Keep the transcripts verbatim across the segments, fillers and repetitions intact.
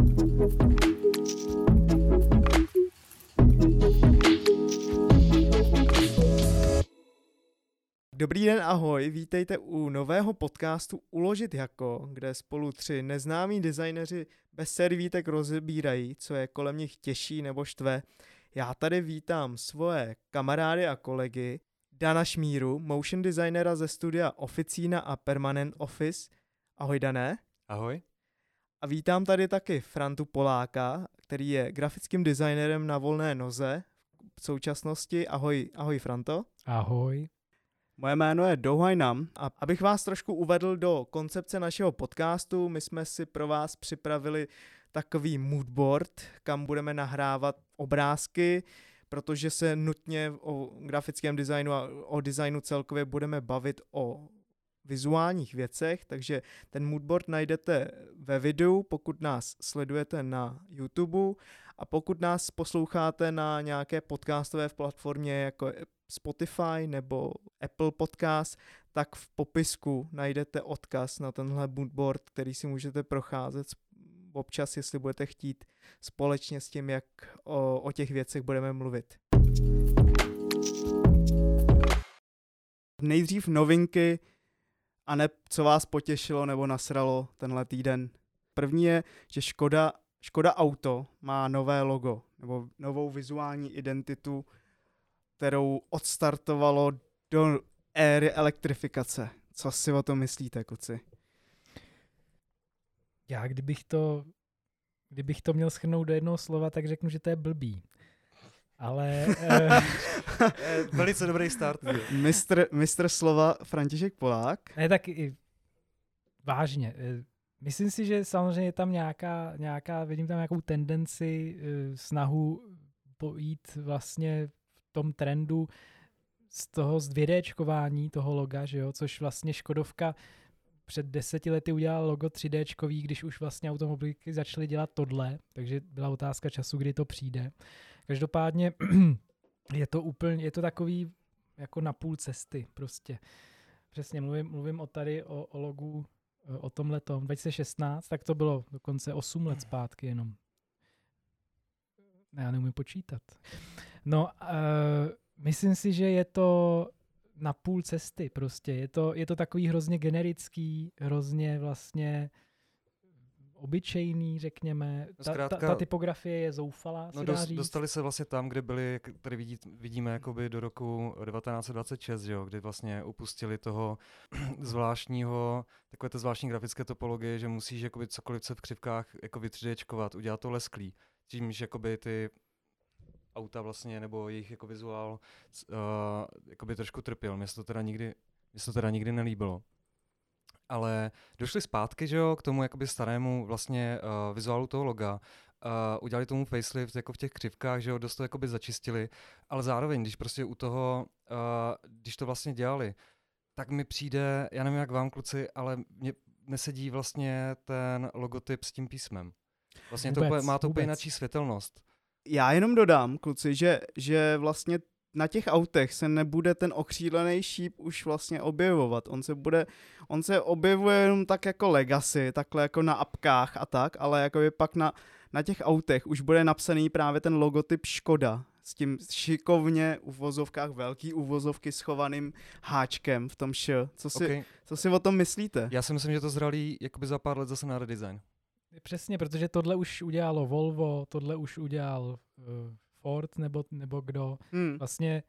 Dobrý den, ahoj, vítejte u nového podcastu Uložit jako, kde spolu tři neznámí designéři bez servítek rozebírají, co je kolem nich těžší nebo štve. Já tady vítám svoje kamarády a kolegy, Dana Šmíru, motion designera ze studia Oficina a Permanent Office. Ahoj, Dané. Ahoj. A vítám tady taky Frantu Poláka, který je grafickým designérem na volné noze v současnosti. Ahoj, ahoj Franto. Ahoj. Moje jméno je Do Hwai Nam a abych vás trošku uvedl do koncepce našeho podcastu, my jsme si pro vás připravili takový moodboard, kam budeme nahrávat obrázky, protože se nutně o grafickém designu a o designu celkově budeme bavit o vizuálních věcech, takže ten moodboard najdete ve videu, pokud nás sledujete na YouTube, a pokud nás posloucháte na nějaké podcastové platformě jako Spotify nebo Apple Podcast, tak v popisku najdete odkaz na tenhle moodboard, který si můžete procházet občas, jestli budete chtít, společně s tím, jak o, o těch věcech budeme mluvit. Nejdřív novinky, a ne co vás potěšilo nebo nasralo tenhle týden. První je, že Škoda, Škoda Auto má nové logo, nebo novou vizuální identitu, kterou odstartovalo do éry elektrifikace. Co si o tom myslíte, kluci? Já kdybych to, kdybych to měl shrnout do jednoho slova, tak řeknu, že to je blbý. Ale... Uh... Velice dobrý start. mistr, mistr slova František Polák. Ne, tak i vážně. Myslím si, že samozřejmě je tam nějaká, nějaká, vidím tam nějakou tendenci, snahu pojít vlastně v tom trendu z toho zdvědéčkování toho loga, že jo, což vlastně Škodovka před deseti lety udělala logo tři déčkový, když už vlastně automobilky začaly dělat tohle, takže byla otázka času, kdy to přijde. Každopádně je to úplně, je to takový jako na půl cesty prostě. Přesně, mluvím, mluvím o tady o, o logu, o tomhletom. dva tisíce šestnáct, tak to bylo dokonce osm let zpátky jenom. Já neumím počítat. No, uh, myslím si, že je to na půl cesty prostě. Je to, je to takový hrozně generický, hrozně vlastně obyčejný, řekněme. Ta, Zkrátka, ta, ta typografie je zoufalá, no se dost, dá říct. Dostali se vlastně tam, kde byli, tady vidí, vidíme jakoby do roku devatenáct set dvacet šest, jo, kdy vlastně upustili toho zvláštního, takové té zvláštní grafické topologie, že musíš jakoby cokoliv se v křivkách jako vytřídečkovat, udělat to lesklý. Čímž jakoby ty auta vlastně, nebo jejich jako vizuál uh, jakoby trošku trpěl. Mně se to teda nikdy, mně se to teda nikdy nelíbilo. Ale došli zpátky, že jo, k tomu jakoby starému vlastně uh, vizuálu toho loga. Uh, udělali tomu facelift jako v těch křivkách, že jo, dost to jakoby začistili, ale zároveň, když prostě u toho, uh, když to vlastně dělali, tak mi přijde, já nevím jak vám kluci, ale mě nesedí vlastně ten logotyp s tím písmem. Vlastně vůbec, to úplně, má to úplně vůbec. jináčí světelnost. Já jenom dodám, kluci, že, že vlastně na těch autech se nebude ten okřídlený šíp už vlastně objevovat. On se bude, on se objevuje jenom tak jako legacy, takhle jako na apkách a tak, ale jako je pak na, na těch autech už bude napsaný právě ten logotyp Škoda s tím šikovně v uvozovkách, velký uvozovky schovaným háčkem v tom š. Co si, okay. co si o tom myslíte? Já si myslím, že to zralí jakoby za pár let zase na redesign. Přesně, protože tohle už udělalo Volvo, tohle už udělal uh, Ford nebo, nebo kdo. Hmm. Vlastně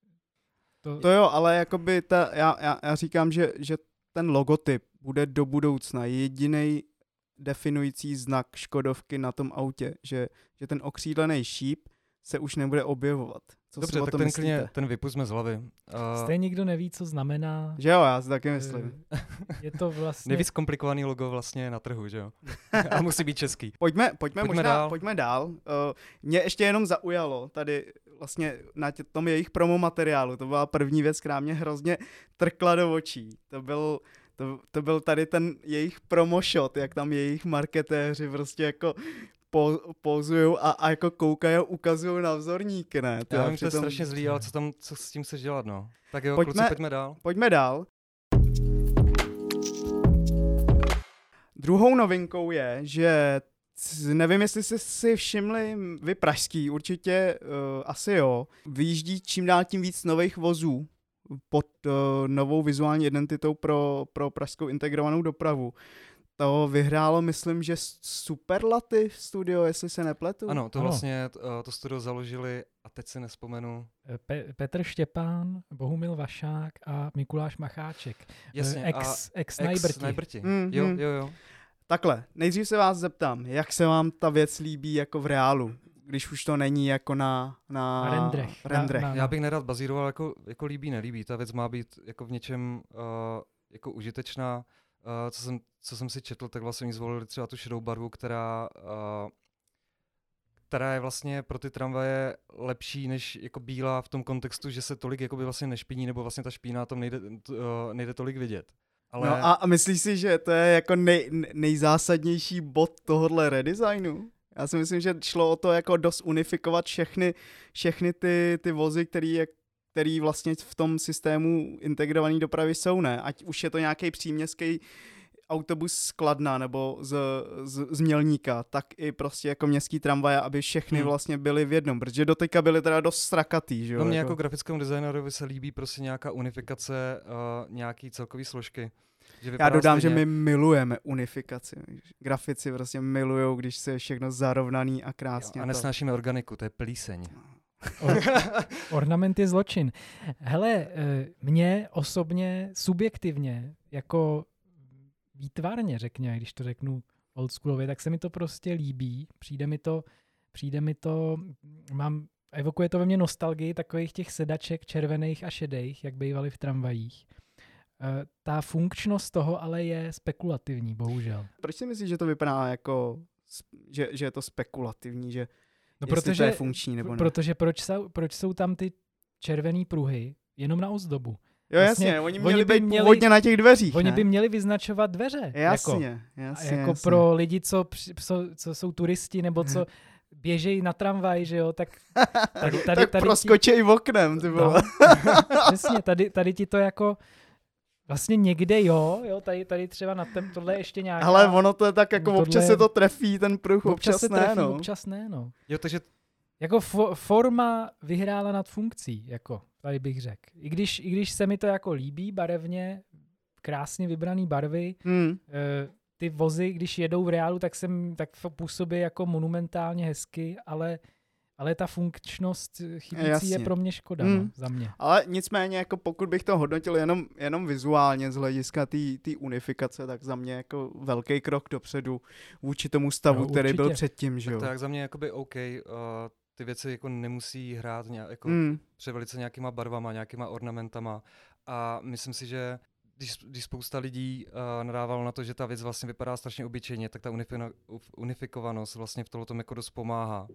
to... to jo, ale jakoby ta, já, já, já říkám, že, že ten logotyp bude do budoucna jedinej definující znak Škodovky na tom autě, že, že ten okřídlený šíp se už nebude objevovat. Co Dobře, tak ten, klidně, ten vypusťme z hlavy. Uh... Stejně nikdo neví, co znamená. Že jo, já si taky myslím. Je to vlastně... Nejvíc komplikovaný logo vlastně na trhu, že jo? A musí být český. Pojďme, pojďme, pojďme možná, dál. Pojďme dál. Uh, mě ještě jenom zaujalo tady vlastně na tě, tom jejich promo materiálu. To byla první věc, která mě hrozně trkla do očí. To byl... To, to byl tady ten jejich promo shot, jak tam jejich marketéři prostě jako po, pozují a, a jako koukají a ukazují na vzorníky, ne? Já vím, to je strašně zlý, ale co tam, co s tím chceš dělat, no? Tak jo, pojďme, kluci, pojďme dál. Pojďme dál. Druhou novinkou je, že nevím, jestli jste si všimli, vy pražský, určitě uh, asi jo, vyjíždí čím dál tím víc nových vozů pod uh, novou vizuální identitou pro, pro pražskou integrovanou dopravu. To vyhrálo, myslím, že Superlativ studio, jestli se nepletu. Ano, to Ano. vlastně to studio založili, a teď si nespomenu. Pe- Petr Štěpán, Bohumil Vašák a Mikuláš Macháček. Jasně, Ex, a ex, ex najbrti. najbrti. Mm, Jo, mm. jo, jo. Takhle, nejdřív se vás zeptám, jak se vám ta věc líbí jako v reálu, když už to není jako na, na, Na rendrech. rendrech. Na- na- Já bych nerad bazíroval jako, jako líbí, nelíbí. Ta věc má být jako v něčem uh, jako užitečná. Uh, co, jsem, co jsem si četl, tak vlastně oni zvolili třeba tu šedou barvu, která, uh, která je vlastně pro ty tramvaje lepší než jako bílá v tom kontextu, že se tolik jakoby vlastně nešpiní, nebo vlastně ta špína na tom nejde, uh, nejde tolik vidět. Ale... No a, a myslíš si, že to je jako nej, nejzásadnější bod tohohle redesignu? Já si myslím, že šlo o to jako dost unifikovat všechny, všechny ty, ty vozy, který, který vlastně v tom systému integrované dopravy jsou, ne? Ať už je to nějaký příměstský autobus z Kladna nebo z, z, z Mělníka, tak i prostě jako městský tramvaje, aby všechny Hmm. vlastně byly v jednom, protože doteďka byly teda dost strakatý, že jo? No mě jako grafickému designerovi se líbí prostě nějaká unifikace, uh, nějaký celkový složky. Že Já vypadá dodám, stejně. že my milujeme unifikaci. Grafici prostě milujou, když se je všechno zarovnaný a krásně. Jo, a to- nesnášíme organiku, to je plíseň. Or, ornament je zločin. Hele, eh, mně osobně, subjektivně, jako výtvarně řekněme, když to řeknu oldschoolově, tak se mi to prostě líbí. Přijde mi to, přijde mi to, mám, evokuje to ve mně nostalgii takových těch sedaček červených a šedých, jak bývaly v tramvajích. Eh, Ta funkčnost toho ale je spekulativní, bohužel. Proč si myslíš, že to vypadá jako, sp- že, že je to spekulativní, že No, jestli protože, to je funkční nebo ne? protože proč jsou, proč jsou tam ty červený pruhy jenom na ozdobu? Jo, vlastně jasně, oni oni měli by být měli- původně na těch dveřích, Oni ne? by měli vyznačovat dveře. Jasně, Jako, jasně, a jako jasně. pro lidi, co, při- co, co jsou turisti nebo co běžejí na tramvaj, že jo, tak tady, tady, tak tady proskočej v oknem, ty ti, vole. no, přesně, tady, tady ti to jako vlastně někde jo, jo, tady, tady třeba na tem, tohle je ještě nějaká... Ale ono to je tak, jako Tohle občas je- se to trefí, ten pruh, občas, se ne, trefí, no. občas ne, no. Jo, takže Jako fo- forma vyhrála nad funkcí, jako tady bych řekl. I když, I když se mi to jako líbí barevně, krásně vybraný barvy, Hmm. e, ty vozy, když jedou v reálu, tak, jsem, tak to působí jako monumentálně hezky, ale, ale ta funkčnost chybící Jasně. je pro mě škoda, Hmm. no, za mě. Ale nicméně, jako pokud bych to hodnotil jenom, jenom vizuálně z hlediska té unifikace, tak za mě jako velký krok dopředu vůči tomu stavu, Jo, který byl určitě. předtím, že tak jo. to je jak za mě jakoby OK, uh, ty věci jako nemusí hrát nějak, jako Hmm. převelice nějakýma barvama, nějakýma ornamentama a myslím si, že když, když spousta lidí uh, nadávalo na to, že ta věc vlastně vypadá strašně obyčejně, tak ta unifino, unifikovanost vlastně v tomhle jako dost pomáhá.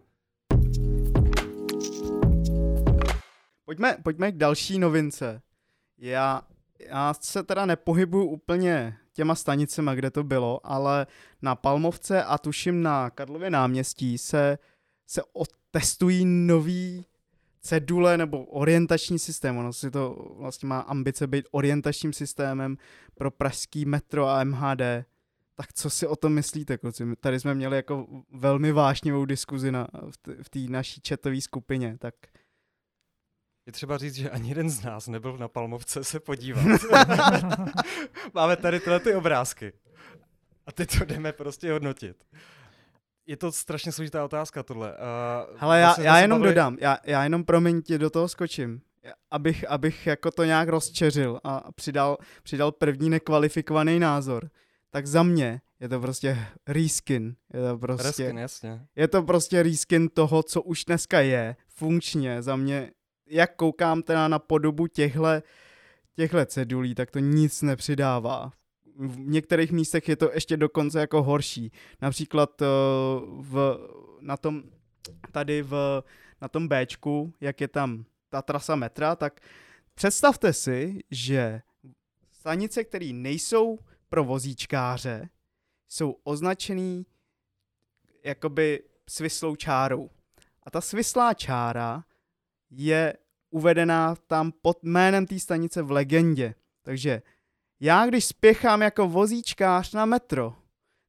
Pojďme, pojďme k další novince. Já, já se teda nepohybuju úplně těma stanicema, kde to bylo, ale na Palmovce a tuším na Karlově náměstí se, se testují nový cedule nebo orientační systém. Ono si to vlastně má ambice být orientačním systémem pro pražský metro a M H D. Tak co si o tom myslíte, kluci? My tady jsme měli jako velmi vášnivou diskuzi na, v té naší chatové skupině, tak Je třeba říct, že ani jeden z nás nebyl na Palmovce se podívat. Máme tady tyhle ty obrázky. A teď to jdeme prostě hodnotit. Je to strašně složitá otázka tohle. Uh, Hele, já, vlastně jsme já se jenom bavili- dodám, já, já jenom promiň ti do toho skočím, abych, abych jako to nějak rozčeřil a přidal, přidal první nekvalifikovaný názor. Tak za mě je to prostě reskin. Je to prostě, Reskin, jasně. je to prostě reskin toho, co už dneska je, funkčně. Za mě, jak koukám teda na podobu těchhle, těchhle cedulí, tak to nic nepřidává. V některých místech je to ještě dokonce jako horší. Například uh, v, na tom, tady v, na tom Bčku, jak je tam ta trasa metra, tak představte si, že stanice, které nejsou pro vozíčkáře, jsou označený jakoby svislou čárou. A ta svislá čára je uvedená tam pod jménem té stanice v legendě. Takže já, když spěchám jako vozíčkář na metro,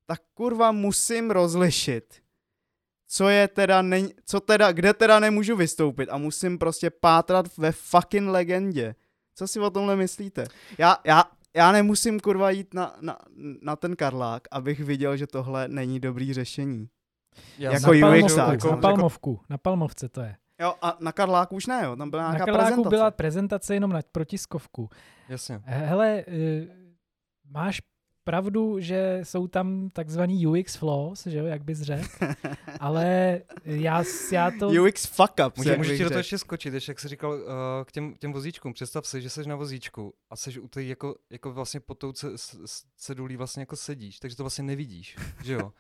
tak kurva musím rozlišit, co je teda, ne, co teda, kde teda nemůžu vystoupit a musím prostě pátrat ve fucking legendě. Co si o tomhle myslíte? Já, já, já nemusím kurva jít na, na, na ten Karlák, abych viděl, že tohle není dobrý řešení. Já Jako na U X, Palmovku, jako, na Palmovku, na Palmovce to je. Jo, a na Karláku už ne, jo, tam byla Na nějaká Karláku prezentace. byla prezentace jenom na protiskovku. Jasně. Hele, máš pravdu, že jsou tam takzvaný U X flaws, že jo, jak bys řekl, ale já, já to... U X fuck up. Může, můžeš ti do toho ještě skočit, ještě jak jsi říkal uh, k těm, těm vozíčkům. Představ si, že jsi na vozíčku a jsi u té jako, jako vlastně pod tou cedulí vlastně jako sedíš, takže to vlastně nevidíš, že jo?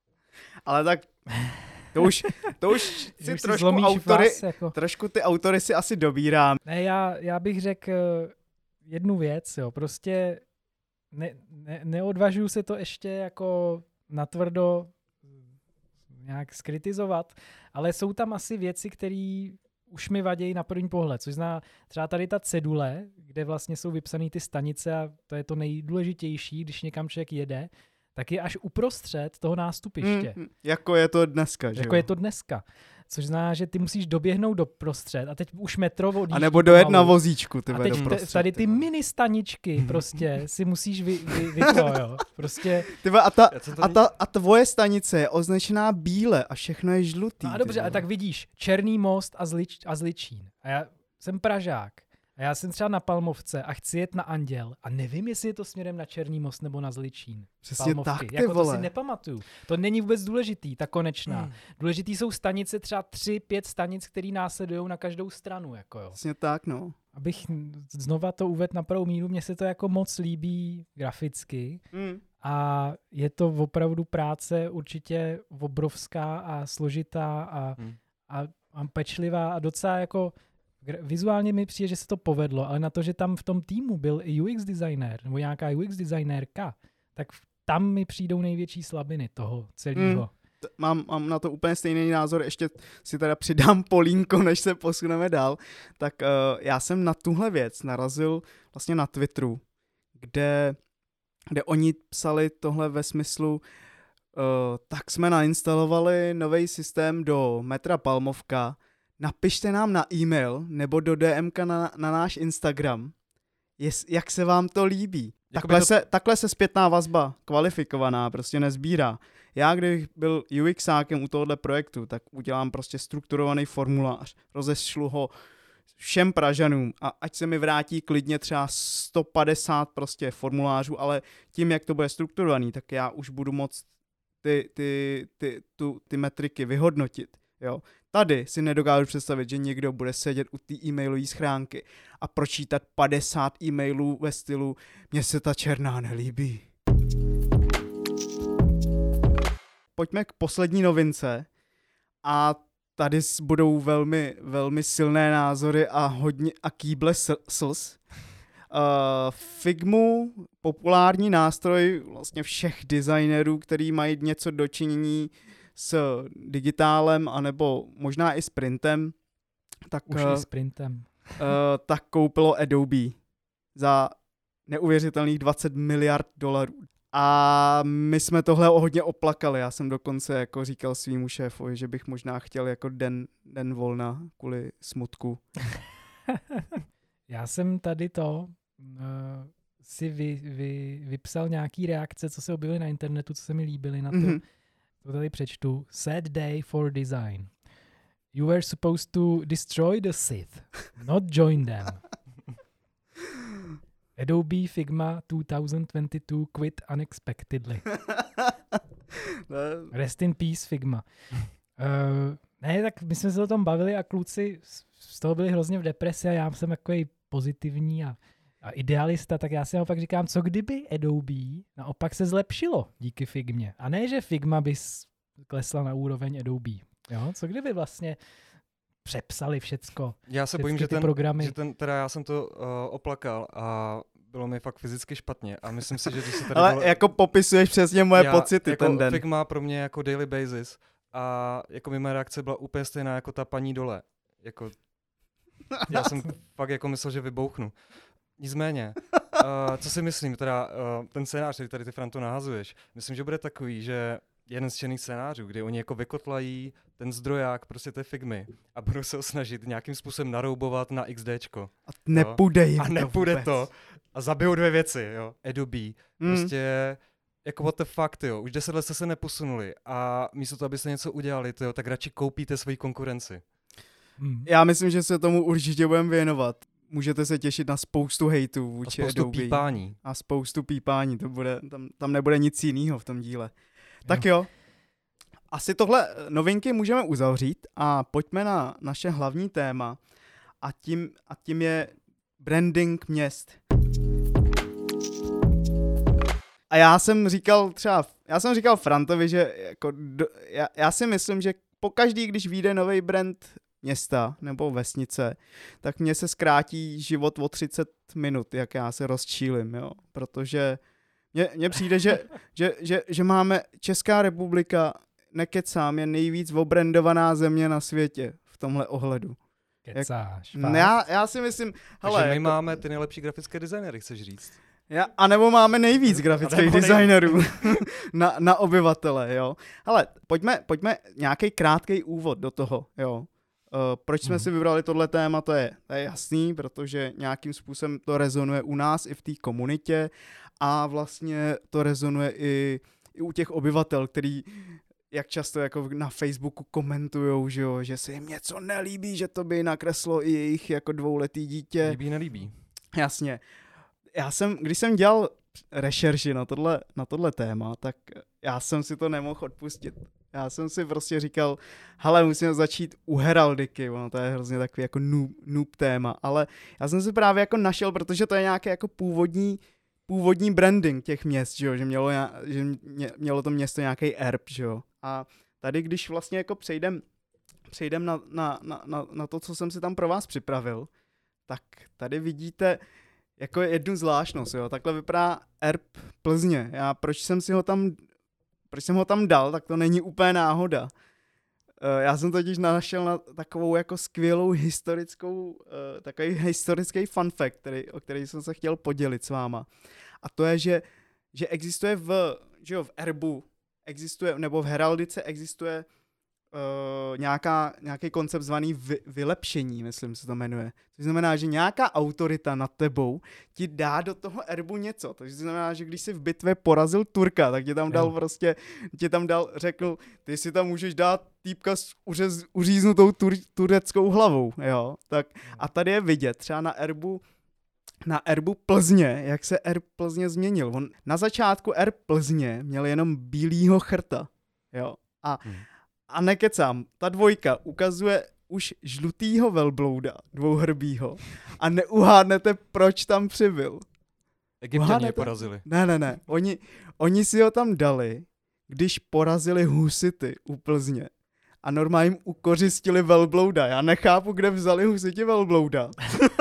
Ale tak to už, to už si už trošku si autory, vás, jako... trošku ty autory si asi dobírám. Ne, já, já bych řekl jednu věc, jo, prostě ne, ne, neodvažuju se to ještě jako natvrdo nějak skritizovat, ale jsou tam asi věci, které už mi vadějí na první pohled, což zná třeba tady ta cedule, kde vlastně jsou vypsané ty stanice a to je to nejdůležitější, když někam člověk jede, tak je až uprostřed toho nástupiště. Mm, jako je to dneska, že Jako jo? je to dneska. Což znamená, že ty musíš doběhnout do prostřed a teď už metro odjíždí. A nebo dojet pomalu. na vozíčku, ty A vede teď do te, prostřed, tady ty ty vole. mini staničky prostě si musíš vy, vy, vy to, jo. Prostě... Ty vole, a, ta, Já jsem to a, ta, a tvoje stanice je označená bíle a všechno je žlutý. No a ty dobře, vole. a tak vidíš, Černý most a, Zlič, a Zličín. A já jsem Pražák. A já jsem třeba na Palmovce a chci jet na Anděl a nevím, jestli je to směrem na Černý most nebo na Zličín. Přesně Palmovky. tak, ty jako vole. to si nepamatuju. To není vůbec důležitý, ta konečná. Hmm. Důležitý jsou stanice, třeba tři, pět stanic, které následují na každou stranu. Jako jo. Přesně tak, no. Abych znova to uvedl na pravou míru, mně se to jako moc líbí graficky Mm. a je to opravdu práce určitě obrovská a složitá a, Hmm. a, a pečlivá a docela jako vizuálně mi přijde, že se to povedlo, ale na to, že tam v tom týmu byl i U X designer nebo nějaká U X designérka, tak tam mi přijdou největší slabiny toho celého. Mm. T- Mám, mám na to úplně stejný názor, ještě si teda přidám polínko, než se posuneme dál. Tak uh, já jsem na tuhle věc narazil vlastně na Twitteru, kde, kde oni psali tohle ve smyslu, uh, tak jsme nainstalovali nový systém do metra Palmovka, napište nám na e-mail nebo do D M ka na, na náš Instagram, jest, jak se vám to líbí. Takhle, to... se, takhle se zpětná vazba kvalifikovaná prostě nezbírá. Já, kdybych byl UXákem u tohohle projektu, tak udělám prostě strukturovaný formulář, rozešlu ho všem Pražanům a ať se mi vrátí klidně třeba sto padesát prostě formulářů, ale tím, jak to bude strukturovaný, tak já už budu moct ty, ty, ty, tu, ty metriky vyhodnotit. Jo. Tady si nedokážu představit, že někdo bude sedět u té e-mailové schránky a pročítat padesát e-mailů ve stylu mně se ta černá nelíbí. Pojďme k poslední novince a tady budou velmi, velmi silné názory a hodně a kýble slz. Uh, Figmu, populární nástroj vlastně všech designerů, který mají něco dočinění s digitálem, anebo možná i s printem, tak, Už uh, i s printem. uh, tak koupilo Adobe za neuvěřitelných dvacet miliard dolarů. A my jsme tohle hodně oplakali. Já jsem dokonce jako říkal svýmu šéfovi, že bych možná chtěl jako den, den volna kvůli smutku. Já jsem tady to uh, si vy, vy, vypsal nějaký reakce, co se objevily na internetu, co se mi líbily na to. Mm-hmm. To tady přečtu. Sad day for design. You were supposed to destroy the Sith, not join them. Adobe Figma twenty twenty-two quit unexpectedly. Rest in peace Figma. Uh, ne, tak my jsme se o tom bavili a kluci z toho byli hrozně v depresi a já jsem takový pozitivní a, a idealista, tak já si naopak říkám, co kdyby Adobe naopak se zlepšilo díky Figmě. A ne, že Figma by klesla na úroveň Adobe. Jo? Co kdyby vlastně přepsali všecko. Já se bojím, že ten, programy. že ten, teda já jsem to uh, oplakal a bylo mi fakt fyzicky špatně a myslím si, že to se tady... Ale bylo... jako popisuješ přesně moje já, pocity jako ten den. Figma pro mě jako daily basis a jako mimo reakce byla úplně stejná jako ta paní dole. Jako, já jsem fakt jako myslel, že vybouchnu. Nicméně, uh, co si myslím, teda uh, ten scénář, který tady ty Franto nahazuješ, myslím, že bude takový, že jeden z černých scénářů, kdy oni jako vykotlají ten zdroják prostě té Figmy a budou se ho snažit nějakým způsobem naroubovat na XDčko. A nepůjde jim A nepůjde to, to. A zabijou dvě věci, jo. Adobe. Mm. Prostě jako what the fuck, jo. Už deset let jste se neposunuli a místo toho, abyste něco udělali, tyjo, tak radši koupíte svoji konkurenci. Hmm. Já myslím, že se tomu určitě budeme věnovat. Můžete se těšit na spoustu hejtů A vůči spoustu Adobe. pípání. A spoustu pípání. To bude, tam, tam nebude nic jiného v tom díle. Tak jo. Asi tohle novinky můžeme uzavřít a pojďme na naše hlavní téma a tím, a tím je branding měst. A já jsem říkal třeba, já jsem říkal Frantovi, že jako do, já, já si myslím, že pokaždý, když vyjde nový brand města nebo vesnice, tak mně se zkrátí život o třicet minut, jak já se rozčílim, jo, protože mně, mně přijde, že, že, že, že máme Česká republika, nekecám, je nejvíc obrandovaná země na světě v tomhle ohledu. Kecáš, Jak, já, já si myslím, hele, Takže my jako, máme ty nejlepší grafické designery, chceš říct? já, a nebo máme nejvíc grafických designerů na, na obyvatele, jo. Hele, pojďme, pojďme nějaký krátký úvod do toho, jo. Uh, proč jsme hmm. si vybrali tohle téma, to je, to je jasný, protože nějakým způsobem to rezonuje u nás i v té komunitě a vlastně to rezonuje i, i u těch obyvatel, který jak často jako na Facebooku komentujou, že, jo, že se jim něco nelíbí, že to by nakreslo i jejich jako dvouletý dítě. Líbí, nelíbí. Jasně. Já jsem, když jsem dělal rešerši na tohle, na tohle téma, tak já jsem si to nemohl odpustit. Já jsem si prostě říkal, hele, musíme začít u heraldiky, ono to je hrozně takový jako noob, noob téma, ale já jsem si právě jako našel, protože to je nějaký jako původní, původní branding těch měst, že, jo? Že, mělo, že mělo to město nějaký erb, že jo. A tady, když vlastně jako přejdem, přejdem na, na, na, na, na to, co jsem si tam pro vás připravil, tak tady vidíte jako jednu zvláštnost, jo. Takhle vypadá erb Plzně. Já proč jsem si ho tam, proč jsem ho tam dal, tak to není úplně náhoda. Já jsem totiž našel na takovou jako skvělou historickou, takový historický fun fact, který, o který jsem se chtěl podělit s váma. A to je, že, že existuje v, že jo, v erbu, existuje, nebo v heraldice existuje uh, nějaká, nějaký koncept zvaný vy, vylepšení, myslím se to jmenuje. To znamená, že nějaká autorita nad tebou ti dá do toho erbu něco. To znamená, že když jsi v bitvě porazil Turka, tak ti tam dal jo. prostě, ti tam dal, řekl, ty si tam můžeš dát týpka s uřez, uříznutou tur, tureckou hlavou, jo. Tak, a tady je vidět, třeba na erbu na erbu Plzně, jak se erb Plzně změnil. On na začátku erb Plzně měl jenom bílýho chrta, jo. A, hmm. a nekecám, ta dvojka ukazuje už žlutýho velblouda, dvouhrbýho, a neuhádnete, proč tam přibyl. Egypťani je porazili. Ne, ne, ne. Oni, oni si ho tam dali, když porazili husity u Plzně. A normálně jim ukořistili velblouda. Já nechápu, kde vzali husiti velblouda.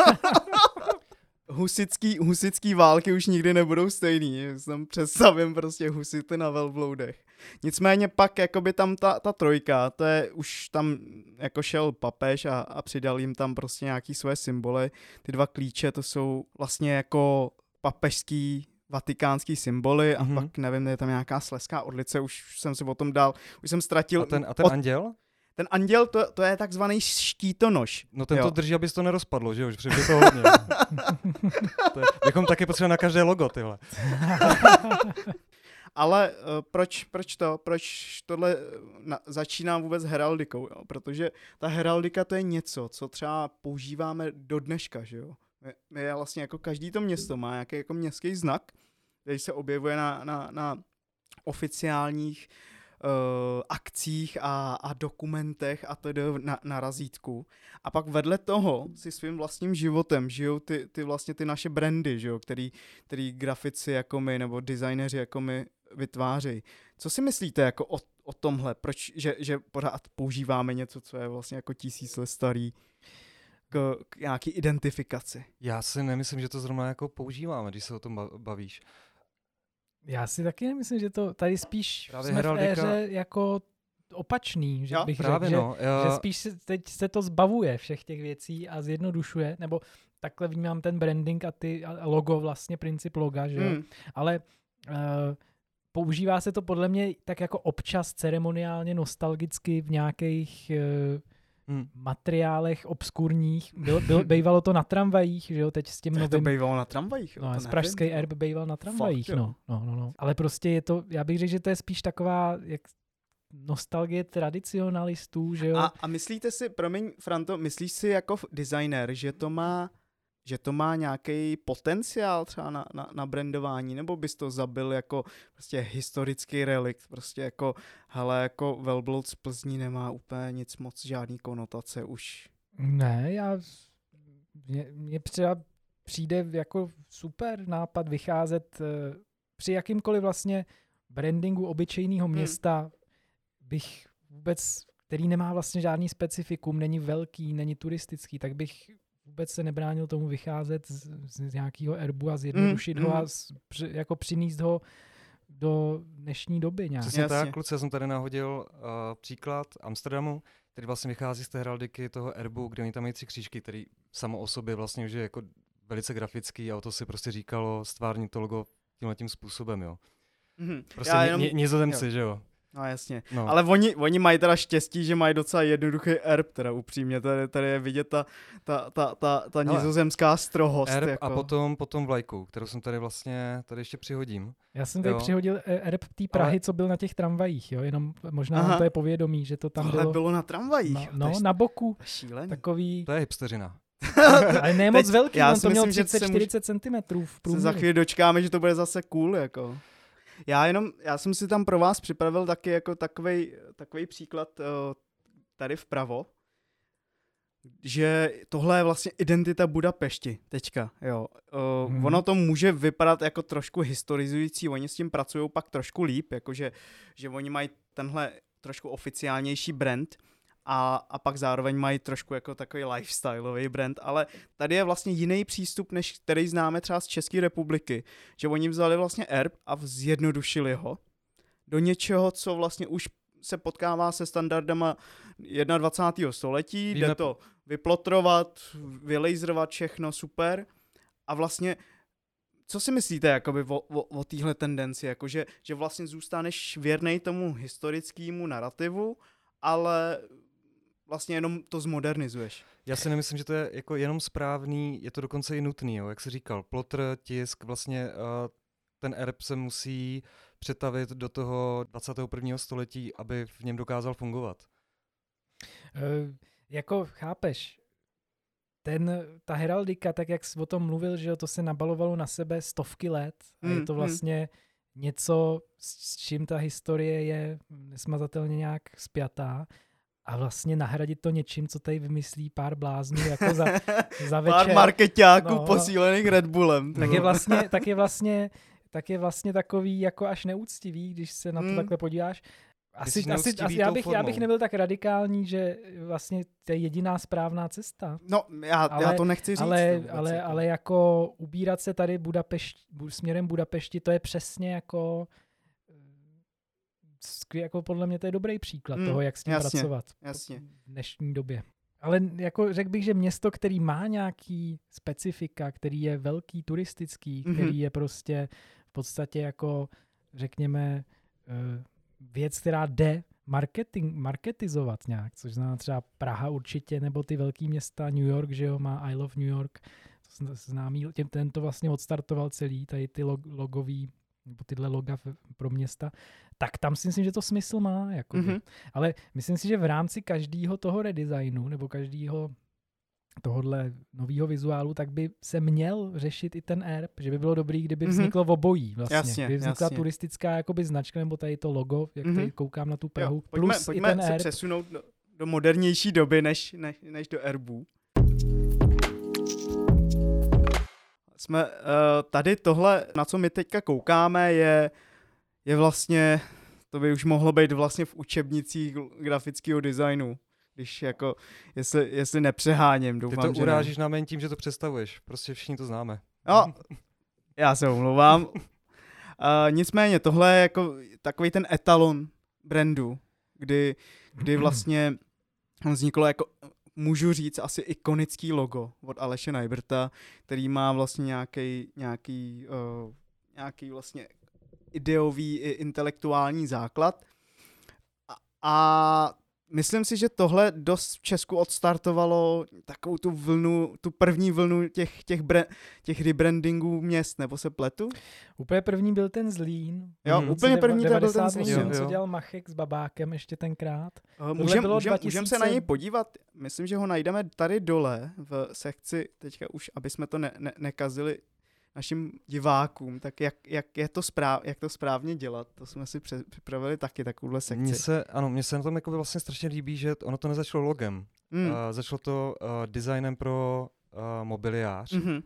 Husický, husický války už nikdy nebudou stejný. Tam představím prostě husity na velbloudech. Nicméně pak jakoby tam ta, ta trojka, to je už tam jako šel papež a, a přidal jim tam prostě nějaký svoje symboly. Ty dva klíče, to jsou vlastně jako papežský vatikánský symboly a mm-hmm. pak nevím, je tam nějaká slezská orlice, už jsem si o tom dal, už jsem ztratil. A ten, a ten od... anděl? Ten anděl, to, to je takzvaný štítonož. No ten to drží, abys to nerozpadlo, že jo? Protože to hodně. To je, bychom taky potřebovali na každé logo, tyhle. Ale uh, proč, proč to? Proč tohle na, začínám vůbec heraldikou? Jo? Protože ta heraldika to je něco, co třeba používáme do dneška, že jo? My, my vlastně jako každý to město má nějaký jako městský znak, který se objevuje na, na, na oficiálních Uh, akcích a, a dokumentech a tedy na, na razítku. A pak vedle toho si svým vlastním životem žijou ty, ty vlastně ty naše brandy, že jo, který, který grafici jako my nebo designéři jako my vytvářejí. Co si myslíte jako o, o tomhle? Proč, že, že pořád používáme něco, co je vlastně jako tisíc let starý k, k nějaký identifikaci? Já si nemyslím, že to zrovna jako používáme, když se o tom bavíš. Já si taky nemyslím, že to tady spíš právě jsme heraldika... v éře jako opačný, že jo? bych právě řekl, no, že, já... že spíš se, teď se to zbavuje všech těch věcí a zjednodušuje, nebo takhle vnímám ten branding a ty a logo, vlastně princip loga, že jo. Hmm. Ale uh, používá se to podle mě tak jako občas ceremoniálně, nostalgicky v nějakých uh, hmm. materiálech obskurních. Byl, byl, bejvalo to na tramvajích, že jo, teď s tím novým... to bejvalo na tramvajích? No, z pražský erb bejval na tramvajích, Fakt, no, no, no, no. Ale prostě je to, já bych řekl, že to je spíš taková, jak nostalgie tradicionalistů, že jo. A, a myslíte si, promiň, Franto, myslíš si jako designer, že to má, že to má nějaký potenciál třeba na, na, na brandování, nebo bys to zabil jako prostě historický relikt, prostě jako, hele, jako velbloud z Plzní nemá úplně nic moc, žádný konotace už. Ne, já, mně, mně třeba přijde jako super nápad vycházet uh, při jakýmkoliv vlastně brandingu obyčejného města, hmm. bych vůbec, který nemá vlastně žádný specifikum, není velký, není turistický, tak bych vůbec se nebránil tomu vycházet z, z nějakého erbu a zjednodušit mm, ho a z, jako přinést ho do dnešní doby nějak. Přesně tak, kluci, já jsem tady nahodil uh, příklad Amsterdamu, který vlastně vychází z té heraldiky toho erbu, kde oni tam mají tři křížky, který samo o sobě vlastně už je jako velice grafický a to si prostě říkalo stvárnit to logo tímhletím způsobem, jo. Mm, prostě jenom, ni, nizozemci, jo. že jo. No jasně, no. Ale oni, oni mají teda štěstí, že mají docela jednoduchý erb, teda upřímně, tady, tady je vidět ta, ta, ta, ta, ta nizozemská strohost. Erb jako. A potom, potom vlajku, kterou jsem tady vlastně, tady ještě přihodím. Já jsem tady jo. přihodil erb té Prahy, ale... co byl na těch tramvajích, jo, jenom možná Aha. to je povědomí, že to tam Tohle bylo. bylo na tramvajích. No, no na boku. Šílený. Takový... To je hipsteřina. Ale ne moc velký, on to měl myslím, třicet čtyřicet centimetrů v průměru. Se za chvíli dočkáme, že to bude zase cool, jako. Já jenom, já jsem si tam pro vás připravil taky jako takovej, takovej příklad uh, tady vpravo, že tohle je vlastně identita Budapešti teďka, jo. Uh, hmm. Ono to může vypadat jako trošku historizující, oni s tím pracují pak trošku líp, jakože že oni mají tenhle trošku oficiálnější brand, A, a pak zároveň mají trošku jako takový lifestyleový brand, ale tady je vlastně jiný přístup, než který známe třeba z České republiky, že oni vzali vlastně erb a zjednodušili ho do něčeho, co vlastně už se potkává se standardama dvacátého prvního století, jde to vyplotrovat, vylejzrovat všechno, super. A vlastně, co si myslíte jakoby o, o, o téhle tendenci, jakože, že vlastně zůstaneš věrnej tomu historickému narrativu, ale vlastně jenom to zmodernizuješ. Já si nemyslím, že to je jako jenom správný, je to dokonce i nutný, jo. Jak jsi říkal, plotr, tisk, vlastně uh, ten erb se musí přetavit do toho dvacátého prvního století, aby v něm dokázal fungovat. Uh, jako chápeš, ten, ta heraldika, tak jak jsi o tom mluvil, že to se nabalovalo na sebe stovky let a hmm, je to vlastně hmm. něco, s čím ta historie je nesmazatelně nějak spjatá. A vlastně nahradit to něčím, co tady vymyslí pár bláznů jako za, za večer. Pár markeťáků no, posílených Red Bullem. Tak je, vlastně, tak, je vlastně, tak je vlastně takový jako až neúctivý, když se na to hmm. takhle podíváš. Asi, asi, asi já, bych, já bych nebyl tak radikální, že vlastně to je jediná správná cesta. No, já, ale, já to nechci říct. Ale, ale, ale jako ubírat se tady Budapešť, směrem Budapešti, to je přesně jako... jako podle mě to je dobrý příklad mm, toho, jak s tím jasně, pracovat jasně. v dnešní době. Ale jako řekl bych, že město, který má nějaký specifika, který je velký, turistický, mm-hmm. který je prostě v podstatě jako, řekněme, věc, která jde marketing, marketizovat nějak, což znamená třeba Praha určitě, nebo ty velký města, New York, že jo, má I Love New York, to známý, ten to vlastně odstartoval celý, tady ty log, logový, nebo tyhle loga pro města, tak tam si myslím, že to smysl má. Mm-hmm. Ale myslím si, že v rámci každého toho redesignu nebo každého tohohle nového vizuálu, tak by se měl řešit i ten erb, že by bylo dobrý, kdyby vzniklo v obojí vlastně. Jasně, kdyby vznikla jasně. turistická jakoby značka nebo tady to logo, jak mm-hmm. tady koukám na tu Prahu, jo, pojďme, plus pojďme i ten se erb. přesunout do, do modernější doby, než, než, než do erbů. Jsme uh, tady tohle, na co my teďka koukáme, je, je vlastně, to by už mohlo být vlastně v učebnicích grafického designu, když jako, jestli, jestli nepřeháním, doufám, Ty to urážíš na mě tím, že to představuješ, prostě všichni to známe. No, já se omlouvám. uh, nicméně tohle je jako takový ten etalon brandu, kdy, kdy vlastně vzniklo jako můžu říct, asi ikonický logo od Aleše Najbrta, který má vlastně nějaký, nějaký, uh, nějaký vlastně ideový i intelektuální základ. A, a myslím si, že tohle dost v Česku odstartovalo takovou tu vlnu, tu první vlnu těch, těch, bre, těch rebrandingů měst, nebo se pletu? Úplně první byl ten Zlín. Jo, hmm. úplně první to byl ten Zlín. Co dělal Machek s Babákem ještě tenkrát. Uh, Můžeme můžem, můžem se na něj podívat. Myslím, že ho najdeme tady dole v sekci, teďka už, aby jsme to ne, ne, nekazili našim divákům, tak jak, jak, je to správ, jak to správně dělat, to jsme si připravili taky takovouhle sekci. Mně se, ano, mně se na tom jako vlastně strašně líbí, že ono to nezačalo logem. Mm. Uh, začalo to uh, designem pro uh, mobiliář mm-hmm.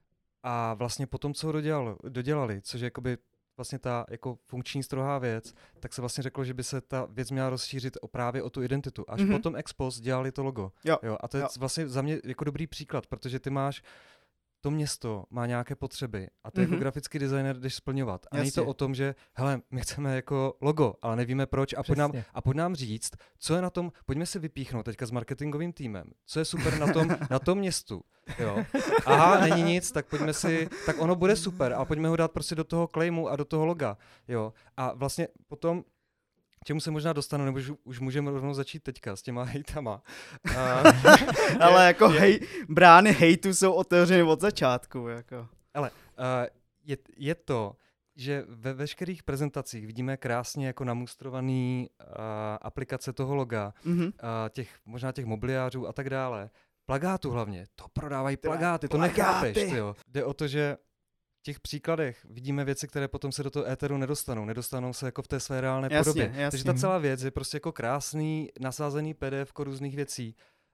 a vlastně potom, co ho dodělali, dodělali což je jakoby vlastně ta jako funkční strohá věc, tak se vlastně řeklo, že by se ta věc měla rozšířit o právě o tu identitu. Až mm-hmm. potom ex post dělali to logo. Jo. Jo, a to je jo. vlastně za mě jako dobrý příklad, protože ty máš to město má nějaké potřeby a ty mm-hmm. jako grafický designer jdeš splňovat. A není to o tom, že hele, my chceme jako logo, ale nevíme proč a pojď, nám, a pojď nám říct, co je na tom, pojďme si vypíchnout teďka s marketingovým týmem, co je super na tom, na tom městu. Jo. Aha, není nic, tak pojďme si, tak ono bude super, ale pojďme ho dát prostě do toho claimu a do toho loga. Jo. A vlastně potom čemu se možná dostanu, nebo už, už můžeme rovnou začít teďka s těma hejtama. Uh, Ale jako je, hej, brány hejtu jsou otevřeny od začátku. Jako. Ale uh, je, je to, že ve veškerých prezentacích vidíme krásně jako namustrovaný uh, aplikace toho loga, mm-hmm. uh, těch, možná těch mobiliářů a tak dále. Plagátu hlavně, to prodávají plagáty, to nechápeš. Tyjo. Jde o to, že v těch příkladech vidíme věci, které potom se do toho éteru nedostanou. Nedostanou se jako v té své reálné jasně, podobě. Jasně. Takže ta celá věc je prostě jako krásný, nasázený P D F různých věcí.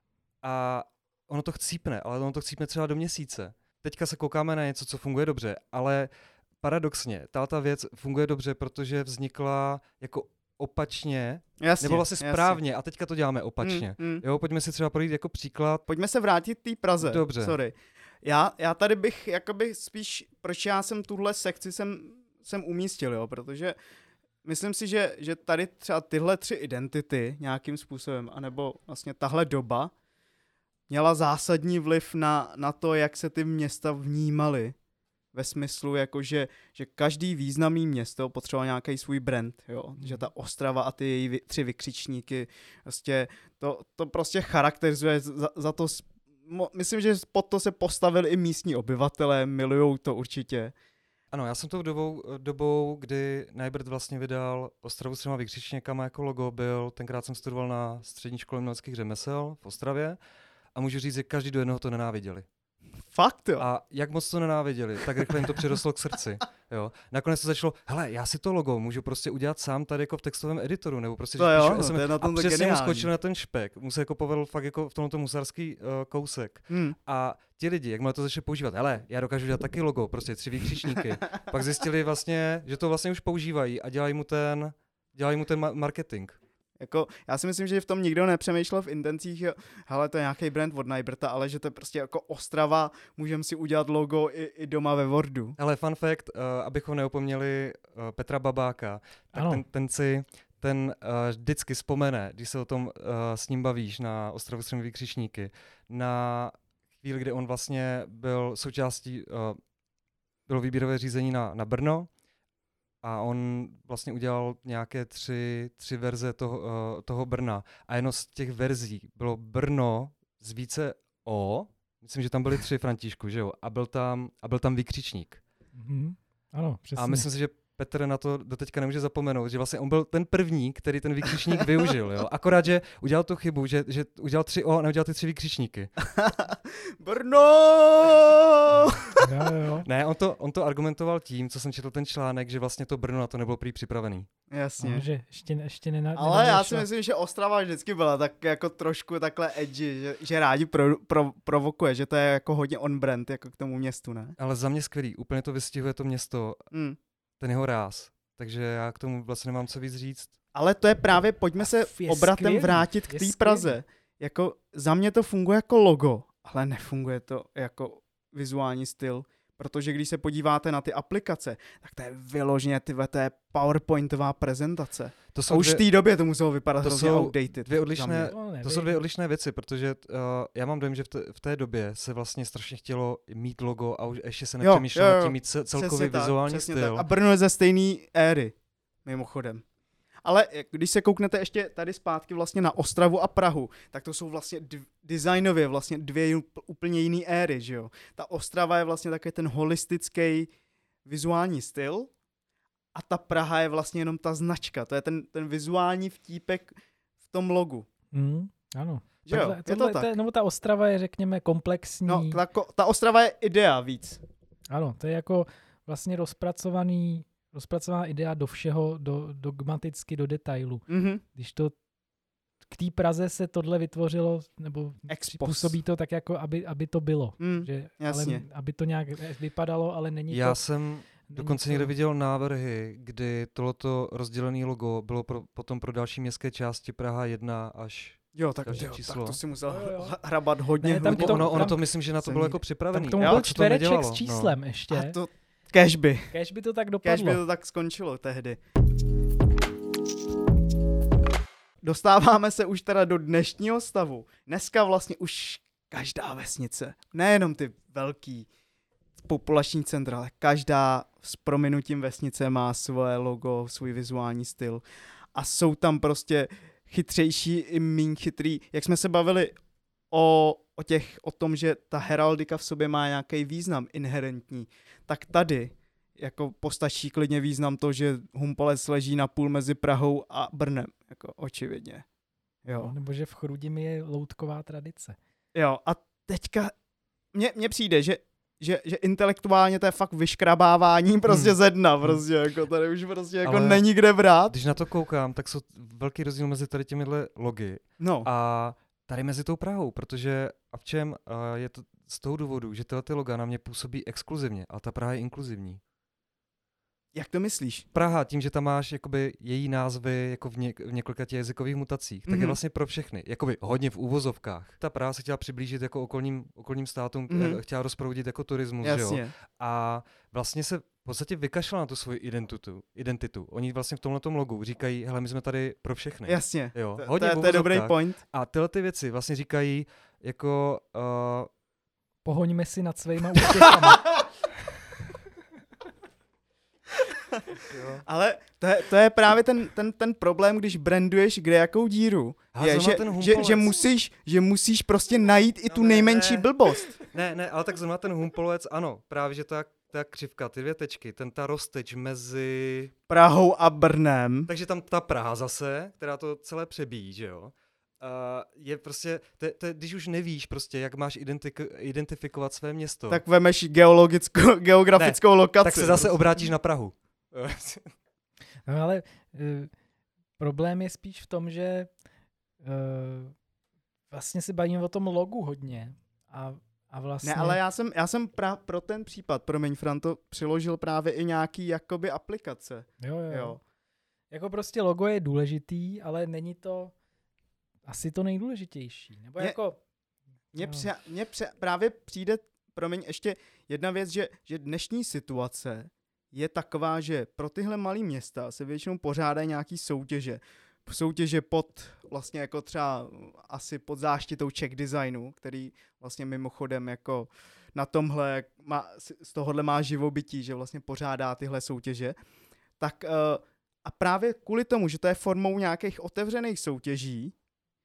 A ono to chcípne, ale ono to chcípne třeba do měsíce. Teďka se koukáme na něco, co funguje dobře, ale paradoxně, ta věc funguje dobře, protože vznikla jako opačně, jasně, nebo vlastně správně jasně. A teďka to děláme opačně. Mm, mm. Jo, pojďme si třeba projít jako příklad. Pojďme se vrátit té Praze. Dobře. Sorry. Já, já tady bych jakoby spíš, proč já jsem tuhle sekci jsem, jsem umístil, jo, protože myslím si, že, že tady třeba tyhle tři identity nějakým způsobem, anebo vlastně tahle doba měla zásadní vliv na, na to, jak se ty města vnímaly. Ve smyslu, jako že, že každý významný město potřeboval nějaký svůj brand, jo, mm. že ta Ostrava a ty její tři vykřičníky, prostě to, to prostě charakterizuje za, za to. Myslím, že pod to se postavili i místní obyvatelé, milujou to určitě. Ano, já jsem tou dobou, dobou, kdy Najbrt vlastně vydal Ostravu s třema vykřičníkama jako logo, byl, tenkrát jsem studoval na střední škole uměleckých řemesel v Ostravě a můžu říct, že každý do jednoho to nenáviděli. Fakt jo. A jak moc to nenáviděli, tak rychle jim to přirostlo k srdci. Jo. Nakonec to začalo, hele, já si to logo můžu prostě udělat sám tady jako v textovém editoru, nebo prostě, no jo, píšu, no, to je na tom a přesně mu skočil na ten špek, mu se jako povedl fakt jako v tomto musarský uh, kousek. Hmm. A ti lidi, jakmile to začali používat, hele, já dokážu dělat taky logo, prostě tři výkřičníky, pak zjistili vlastně, že to vlastně už používají a dělají mu ten, dělají mu ten ma- marketing. Jako, já si myslím, že v tom nikdo nepřemýšlel v intencích, že hele, to je nějaký brand od Najbrta, ale že to je prostě jako Ostrava, můžeme si udělat logo i, i doma ve Wordu. Ale fun fact, uh, abychom neopomněli uh, Petra Babáka, tak ten, ten si ten uh, vždycky vzpomene, když se o tom uh, s ním bavíš na Ostravu s třemi výkřičníky, na chvíli, kdy on vlastně byl součástí, uh, bylo výběrové řízení na, na Brno, a on vlastně udělal nějaké tři, tři verze toho, uh, toho Brna. A jedno z těch verzí bylo Brno z více O. Myslím, že tam byly tři, Františku, že jo? A byl tam, a byl tam výkřičník. Mm-hmm. Ano, přesně. A myslím si, že Petr na to doteďka nemůže zapomenout, že vlastně on byl ten první, který ten výkřičník využil. Jo? Akorát, že udělal tu chybu, že, že udělal tři O a neudělal ty tři výkřičníky. Brno! jo, jo. Ne, on to, on to argumentoval tím, co jsem četl ten článek, že vlastně to Brno na to nebylo prý připravený. Jasně. No, že ještě, ještě nena, ale já si myslím, že Ostrava vždycky byla tak jako trošku takhle edgy, že, že rádi pro, pro, provokuje, že to je jako hodně on-brand jako k tomu městu, ne? Ale za mě skvělý, úplně to vystihuje to město. Mm. Ten jeho ráz. Takže já k tomu vlastně nemám co víc říct. Ale to je právě, pojďme se je obratem skvělý, vrátit k té Praze. Jako za mě to funguje jako logo, ale nefunguje to jako vizuální styl. Protože když se podíváte na ty aplikace, tak to je vyloženě, tyhle, to je PowerPointová prezentace. To jsou a už dvě, v té době to muselo vypadat to hrozně jsou outdated. dvě odlišné, No, to jsou dvě odlišné věci, protože uh, já mám dojem, že v, te, v té době se vlastně strašně chtělo mít logo a už ještě se nepřemýšlelo nad tím mít celkový vizuální styl. Tak. A Brno je ze stejné éry, mimochodem. Ale když se kouknete ještě tady zpátky vlastně na Ostravu a Prahu, tak to jsou vlastně d- designově vlastně dvě úplně jiné éry, že jo. Ta Ostrava je vlastně takový ten holistický vizuální styl a ta Praha je vlastně jenom ta značka, to je ten, ten vizuální vtípek v tom logu. Mm, ano. Že jo, tohle, je tohle, to tak. Nebo ta Ostrava je, řekněme, komplexní. No, ta, ta Ostrava je idea víc. Ano, to je jako vlastně rozpracovaný rozpracovaná idea do všeho, do, dogmaticky do detailu. Mm-hmm. Když to k té Praze se tohle vytvořilo, nebo Expos. působí to tak, jako aby, aby to bylo. Mm, že, jasně. Ale, aby to nějak vypadalo, ale není Já to... jsem dokonce to... někde viděl návrhy, kdy tohleto rozdělené logo bylo pro, potom pro další městské části Praha jedna až Jo, tak, další jo, tak číslo. to si musel Jo, jo. hrabat hodně. Ne, tam hodně. k tomu- ono, ono tam- to myslím, že na to bylo jako připravený. Tam k tomu Jo, byl co to čtvereček nedělalo, s číslem no. ještě. A to cashby. Kéž by to tak Kéž dopadlo. by to tak skončilo tehdy. Dostáváme se už teda do dnešního stavu. Dneska vlastně už každá vesnice, nejenom ty velký populační centra, ale každá s prominutím vesnice má svoje logo, svůj vizuální styl. A jsou tam prostě chytřejší i méně chytrý. Jak jsme se bavili o, o, těch, o tom, že ta heraldika v sobě má nějaký význam inherentní, tak tady jako postačí klidně význam to, že Humpolec leží na půl mezi Prahou a Brnem, jako očividně. Jo. Nebo že v Chrudimi je loutková tradice. Jo, a teďka mně, mně přijde, že, že, že intelektuálně to je fakt vyškrabávání prostě Hmm. ze dna, prostě, jako tady už prostě jako Ale není kde brát. Když na to koukám, tak jsou velký rozdíl mezi tady těmihle logy No, a tady mezi tou Prahou, protože a v čem uh, je to z toho důvodu, že tyhle ty loga na mě působí exkluzivně, a ta Praha je inkluzivní. jak to myslíš? Praha, tím, že tam máš jakoby její názvy jako v, něk- v několika těch jazykových mutacích, tak Mhm. je vlastně pro všechny, jakoby hodně v úvozovkách. Ta Praha se chtěla přiblížit jako okolním, okolním státům, Mhm. mm-hmm. chtěla rozproudit jako turismus, že jo? Jasně. A vlastně se v podstatě vykašla na tu svoji identitu. identitu. Oni vlastně v tomhletom logu říkají, hele, my jsme tady pro všechny. Jasně. Jo, To, hodně to, je, v to je dobrý uvozovkách. point. A tyhle ty věci vlastně říkají jako... Uh, Pohoňme si nad svýma úspěchama. jo. Ale to je, to je právě ten, ten, ten problém, když branduješ kde jakou díru. A Je, zrovna že, ten že, Humpolec. že, musíš, že musíš prostě najít i No tu ne, nejmenší ne. blbost. Ne, ne, ale tak zrovna ten Humpolec, ano, právě, že ta, ta křivka, ty dvě tečky, ten ta rozteč mezi... Prahou a Brnem. Takže tam ta Praha zase, která to celé přebíjí, že jo? Uh, je prostě, to, to, když už nevíš prostě, jak máš identik- identifikovat své město, Tak vemeš geologickou, geografickou ne, lokaci. tak se zase obrátíš na Prahu. No ale uh, problém je spíš v tom, že uh, vlastně se bavíme o tom logu hodně. A, a vlastně... Ne, ale já jsem, já jsem pra, pro ten případ, promiň Franto, přiložil právě i nějaký jakoby aplikace. Jo, jo, Jo. jo. Jako prostě logo je důležitý, ale není to asi to nejdůležitější. Nebo Je- jako... Mně, No. pře, mně pře, právě přijde, promiň, ještě jedna věc, že, že dnešní situace je taková, že pro tyhle malý města se většinou pořádají nějaký soutěže. Soutěže pod, vlastně jako třeba asi pod záštitou Czech Designu, který vlastně mimochodem jako na tomhle, má, z tohohle má živobytí, že vlastně pořádá tyhle soutěže. Tak uh, a právě kvůli tomu, že to je formou nějakých otevřených soutěží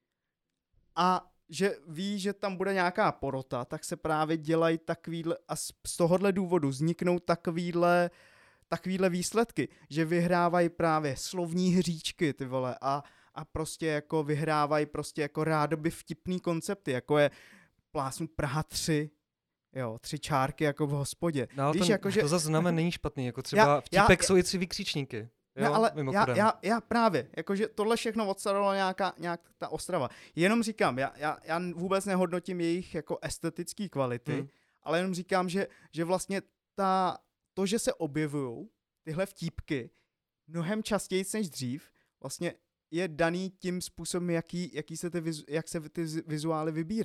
a že ví, že tam bude nějaká porota, tak se právě dělají takovýhle, a z, z tohohle důvodu vzniknou takovýhle, takovýhle výsledky, že vyhrávají právě slovní hříčky, ty vole, a, a prostě jako vyhrávají prostě jako rádoby vtipný koncepty, jako je plásnu Praha tři, jo, tři čárky jako v hospodě. No, ale Víš, ten, jako, že... to zase znamená není špatný, jako třeba Já- vtípek já- jsou i tři vykřičníky. Jo, Ne, ale já, mimochodem. já, já právě, jakože tohle všechno odstarala nějaká, nějak ta Ostrava. Jenom říkám, já, já, já vůbec nehodnotím jejich jako estetické kvality, Hmm. ale jenom říkám, že, že vlastně ta, to, že se objevují tyhle vtípky mnohem častěji než dřív, vlastně je daný tím způsobem, jaký, jaký se ty, vizu, jak se ty vizuály vybírají.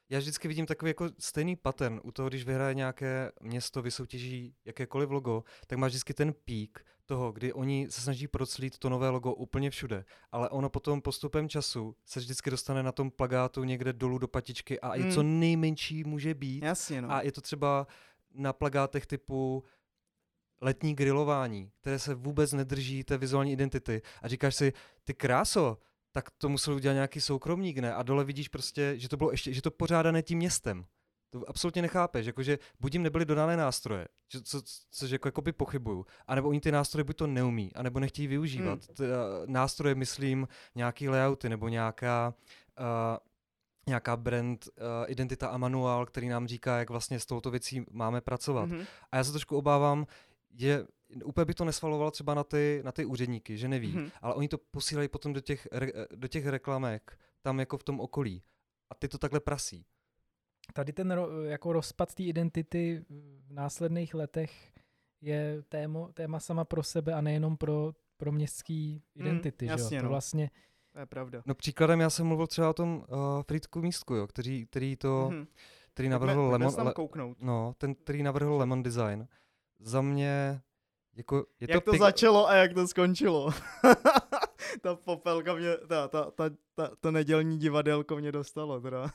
já vždycky vidím takový jako stejný pattern u toho, když vyhraje nějaké město, vysoutěží jakékoliv logo, tak máš vždycky ten pík toho, kdy oni se snaží proclít to nové logo úplně všude, ale ono potom postupem času se vždycky dostane na tom plagátu někde dolů do patičky a Hmm. i co nejmenší může být. Jasně, no. A je to třeba na plagátech typu letní grilování, které se vůbec nedrží té vizuální identity. A říkáš si, ty kráso, tak to musel udělat nějaký soukromník, ne? A dole vidíš prostě, že to bylo ještě, že to pořádané tím městem. To absolutně nechápeš, jakože buď jim nebyly dodané nástroje, co, co, což jako, jakoby pochybuju, anebo oni ty nástroje buď to neumí, anebo nechtějí využívat. Hmm. Ty, uh, nástroje, myslím, nějaký layouty, nebo nějaká uh, nějaká brand uh, identita a manuál, který nám říká, jak vlastně s touto věcí máme pracovat. Mhm. A já se trošku obávám, že úplně bych to nesvaloval třeba na ty, na ty úředníky, že neví, Mhm. ale oni to posílají potom do těch, re, do těch reklamek, tam jako v tom okolí. A ty to takhle prasí. Tady ten ro, jako rozpad té identity v následných letech je témo, téma sama pro sebe a nejenom pro, pro městský identity. Mm, že jasně, jo? To no. vlastně To je pravda. No příkladem já jsem mluvil třeba o tom uh, Frýdku Místku, jo, který, který to, Mhm. který Pojďme- navrhl pojďme Lemon, se tam le, kouknout. no, ten, který navrhl Lemon Design. Za mě, jako, je Jak to, pik- začalo a jak to skončilo. Ta popelka mě, ta, ta, ta, ta, to nedělní divadelko mě dostalo teda.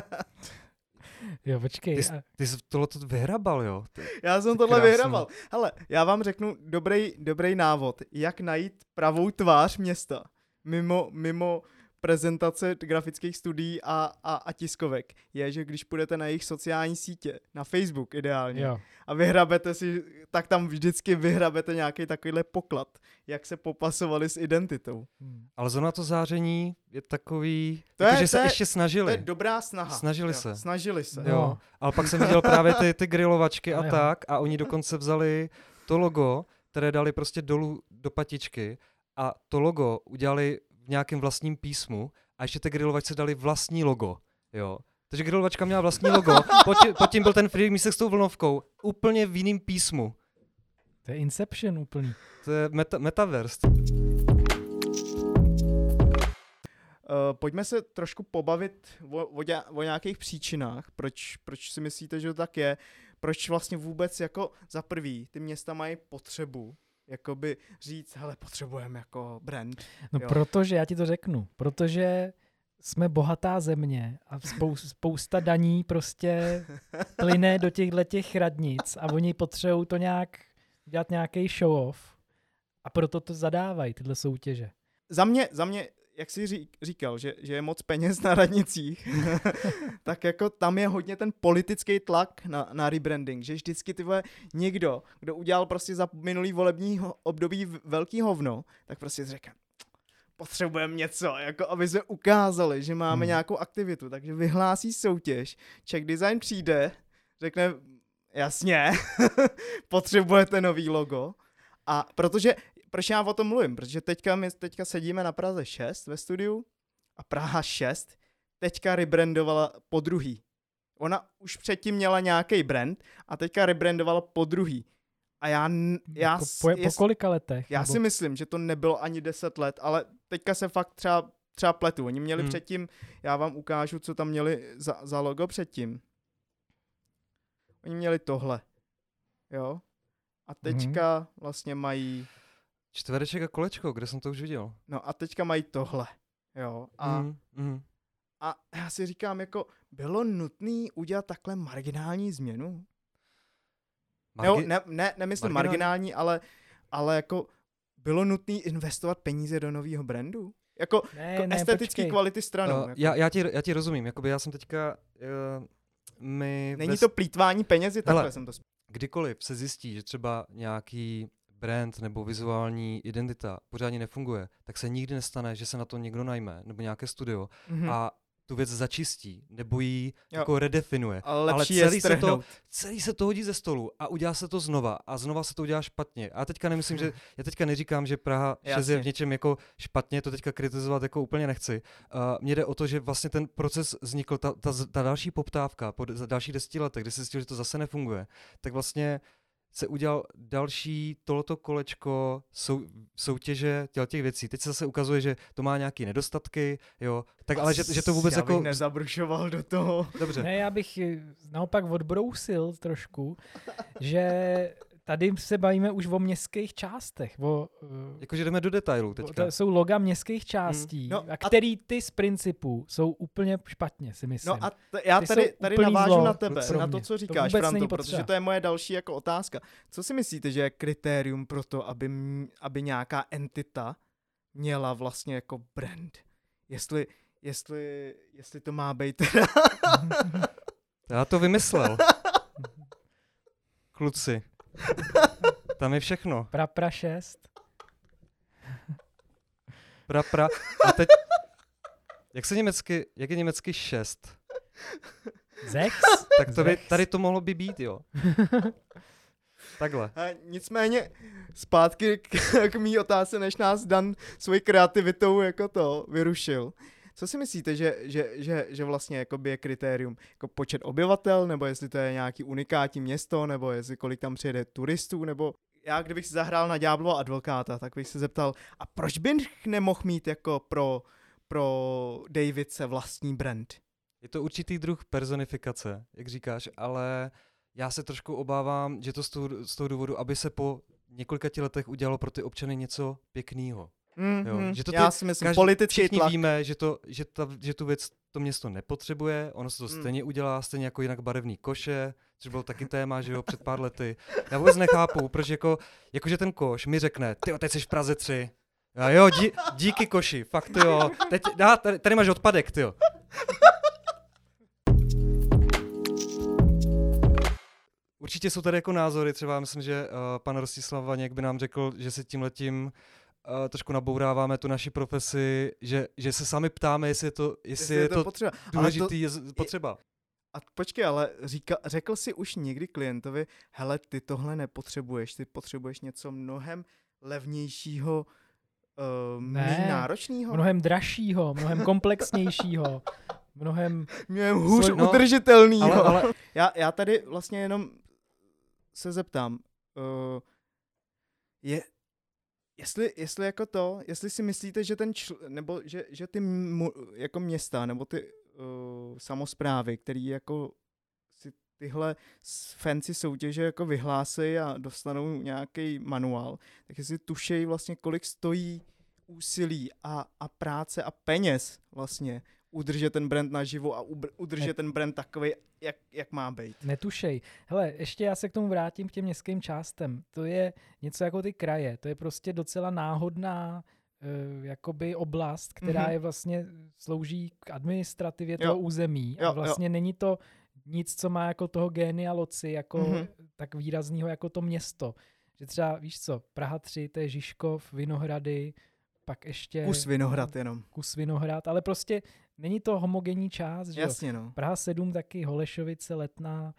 jo, počkej. Ty, jsi- a- ty jsi tohle vyhrabal, jo? Ty, Já jsem Ty tohle krásný. vyhrabal. Hele, já vám řeknu dobrý, dobrý návod, jak najít pravou tvář města mimo, mimo prezentace grafických studií a, a, a tiskovek. Je, že když půjdete na jejich sociální sítě, na Facebook ideálně, jo. a vyhrabete si, tak tam vždycky vyhrabete nějaký takovýhle poklad, jak se popasovali s identitou. Hm. Ale zrovna to záření je takový, To jako, je- že se to je- ještě To je snažili. dobrá snaha. Snažili jo, se. Snažili se. No. Jo, ale pak jsem viděl právě ty, ty grilovačky a Ale jo. tak a oni dokonce vzali to logo, které dali prostě dolů do patičky a to logo udělali v nějakém vlastním písmu a ještě té grilovačce dali vlastní logo, jo. Takže grilovačka měla vlastní logo, pod tím, pod tím byl ten Frýdek Místek s tou vlnovkou, úplně v jiném písmu. To je Inception úplný. To je meta, metaverse. Uh, pojďme se trošku pobavit o, o, ďa- o nějakých příčinách, proč, proč si myslíte, že to tak je, proč vlastně vůbec jako za prvý ty města mají potřebu jakoby říct, hele, potřebujeme jako brand. No Jo. protože, já ti to řeknu, protože jsme bohatá země a spou, spousta daní prostě plyne do těchto těch radnic a oni potřebují to nějak dělat nějaký show off a proto to zadávají tyhle soutěže. Za mě, za mě, jak jsi řík, říkal, že, že je moc peněz na radnicích, tak jako tam je hodně ten politický tlak na, na rebranding, že vždycky ty vole, někdo, kdo udělal prostě za minulý volební ho- období v- velký hovno, tak prostě řekl, potřebujeme něco, jako aby se ukázali, že máme Hmm. nějakou aktivitu, takže vyhlásí soutěž, Czech Design přijde, řekne, jasně, potřebujete nový logo, a protože, proč já o tom mluvím, protože teďka my teďka sedíme na Praze šest ve studiu a Praha šest teďka rebrandovala po druhý. Ona už předtím měla nějaký brand a teďka rebrandovala po druhý. A já, n- já, Jako s- po, po jest- kolika letech? já Nebo- si myslím, že to nebylo ani deset let, ale teďka se fakt třeba, třeba pletu. Oni měli Hmm. předtím, já vám ukážu, co tam měli za, za logo předtím. Oni měli tohle. Jo? A teďka vlastně mají, Čtvereček a kolečko, kde jsem to už viděl. no a teďka mají tohle. Jo? A, Mm, mm. a já si říkám, jako bylo nutné udělat takhle marginální změnu? Jo, Margi- ne, ne, nemyslím marginální? marginální, ale, ale jako bylo nutné investovat peníze do nového brandu? Jako, Ne, jako ne, estetický počkej. kvality stranou. Uh, jako. já, já, ti, já ti rozumím, jakoby já jsem teďka, uh, my Není bez- to plýtvání penězi, takhle Hele. jsem to... Sp- kdykoliv se zjistí, že třeba nějaký brand nebo vizuální identita pořádně nefunguje, tak se nikdy nestane, že se na to někdo najme, nebo nějaké studio mhm. a tu věc začistí, nebo ji Jo. jako redefinuje. Ale lepší celý je se to- strhnout. Celý se to hodí ze stolu a udělá se to znova a znova se to udělá špatně. A já teďka nemyslím, že, já teďka neříkám, že Praha šest je Jasně. v něčem jako špatně, to teďka kritizovat jako úplně nechci. Uh, mně jde o to, že vlastně ten proces vznikl, ta, ta, ta další poptávka po d- za dalších deseti letech, kdy se zjistil, že to zase nefunguje, tak vlastně se udělal další tohleto kolečko sou, soutěže těch věcí. Teď se zase ukazuje, že to má nějaké nedostatky, jo, tak ale že, že to vůbec já jako... Já bych nezabrušoval do toho. Dobře. Ne, já bych naopak odbrousil trošku, že tady se bavíme už o městských částech. O, Jakože jdeme do detailů teďka. To jsou loga městských částí, hmm. no a který ty z principů jsou úplně špatně, si myslím. No a t- já tady, tady navážu na tebe, na to, co říkáš, to Franto, protože to je moje další jako otázka. Co si myslíte, že je kritérium pro to, aby, m- aby nějaká entita měla vlastně jako brand? Jestli, jestli, jestli to má být teda... Já to vymyslel. Kluci. Tam je všechno. Pra pra šest. Pra pra. A teď... Jak se německy, jak je německy šest? Sechs? Tak to by, tady to mohlo by být, jo. Takhle. A nicméně zpátky k, k mý otázce, než nás Dan svojí kreativitou jako to vyrušil. Co si myslíte, že, že, že, že vlastně jakoby je kritérium? Jako počet obyvatel, nebo jestli to je nějaký unikátní město, nebo jestli kolik tam přijede turistů, nebo já kdybych si zahrál na ďáblova advokáta, tak bych se zeptal, a proč bych nemohl mít jako pro, pro Davidse vlastní brand? Je to určitý druh personifikace, jak říkáš, ale já se trošku obávám, že to z toho, z toho důvodu, aby se po několika letech udělalo pro ty občany něco pěkného. Mm, jo, mm, že to já ty, si myslím, každý, politický všichni tlak. víme, že, to, že, ta, že tu věc to město nepotřebuje, ono se to mm. stejně udělá, stejně jako jinak barevný koše, což bylo taky téma, že jo, před pár lety. Já vůbec nechápu, proč jako, jakože ten koš mi řekne, tyjo, teď jsi v Praze tři. A jo, dí, díky koši, fakt jo, teď, dá, tady, tady máš odpadek, tyjo. Určitě jsou tady jako názory, třeba myslím, že uh, pan Rostislav Vaněk by nám řekl, že si tímhletím uh, trošku nabouráváme tu naši profesi, že, že se sami ptáme, jestli je to, jestli Jestli je je to to potřeba. důležitý, Ale to, je potřeba. A počkej, ale říka, řekl jsi už někdy klientovi, hele, ty tohle nepotřebuješ, ty potřebuješ něco mnohem levnějšího, uh, méně náročného? Mnohem dražšího, mnohem komplexnějšího, mnohem... Mnohem hůř no, udržitelného. Ale, ale... Já, já tady vlastně jenom se zeptám, uh, je, jestli, jestli jako to, jestli si myslíte, že ten čl, nebo že, že ty mu, jako města, nebo ty uh, samosprávy, který jako si tyhle fancy soutěže jako vyhlásí a dostanou nějaký manuál, tak jestli tušejí vlastně, kolik stojí úsilí a, a práce a peněz vlastně udržet ten brand naživu a udržet ne. ten brand takový, jak, jak má být. Netušej. Hele, ještě já se k tomu vrátím k těm městským částem. To je něco jako ty kraje. To je prostě docela náhodná uh, jakoby oblast, která mm-hmm. je vlastně slouží k administrativě toho jo. území. Jo, a vlastně jo. není to nic, co má jako toho génia loci, jako mm-hmm. tak výraznýho jako to město. Že třeba, víš co, Praha tři, to je Žižkov, Vinohrady, pak ještě... Kus Vinohrad jenom. Kus Vinohrad, ale prostě není to homogenní část, že Jasně, jo? no. Praha sedm taky, Holešovice, Letná,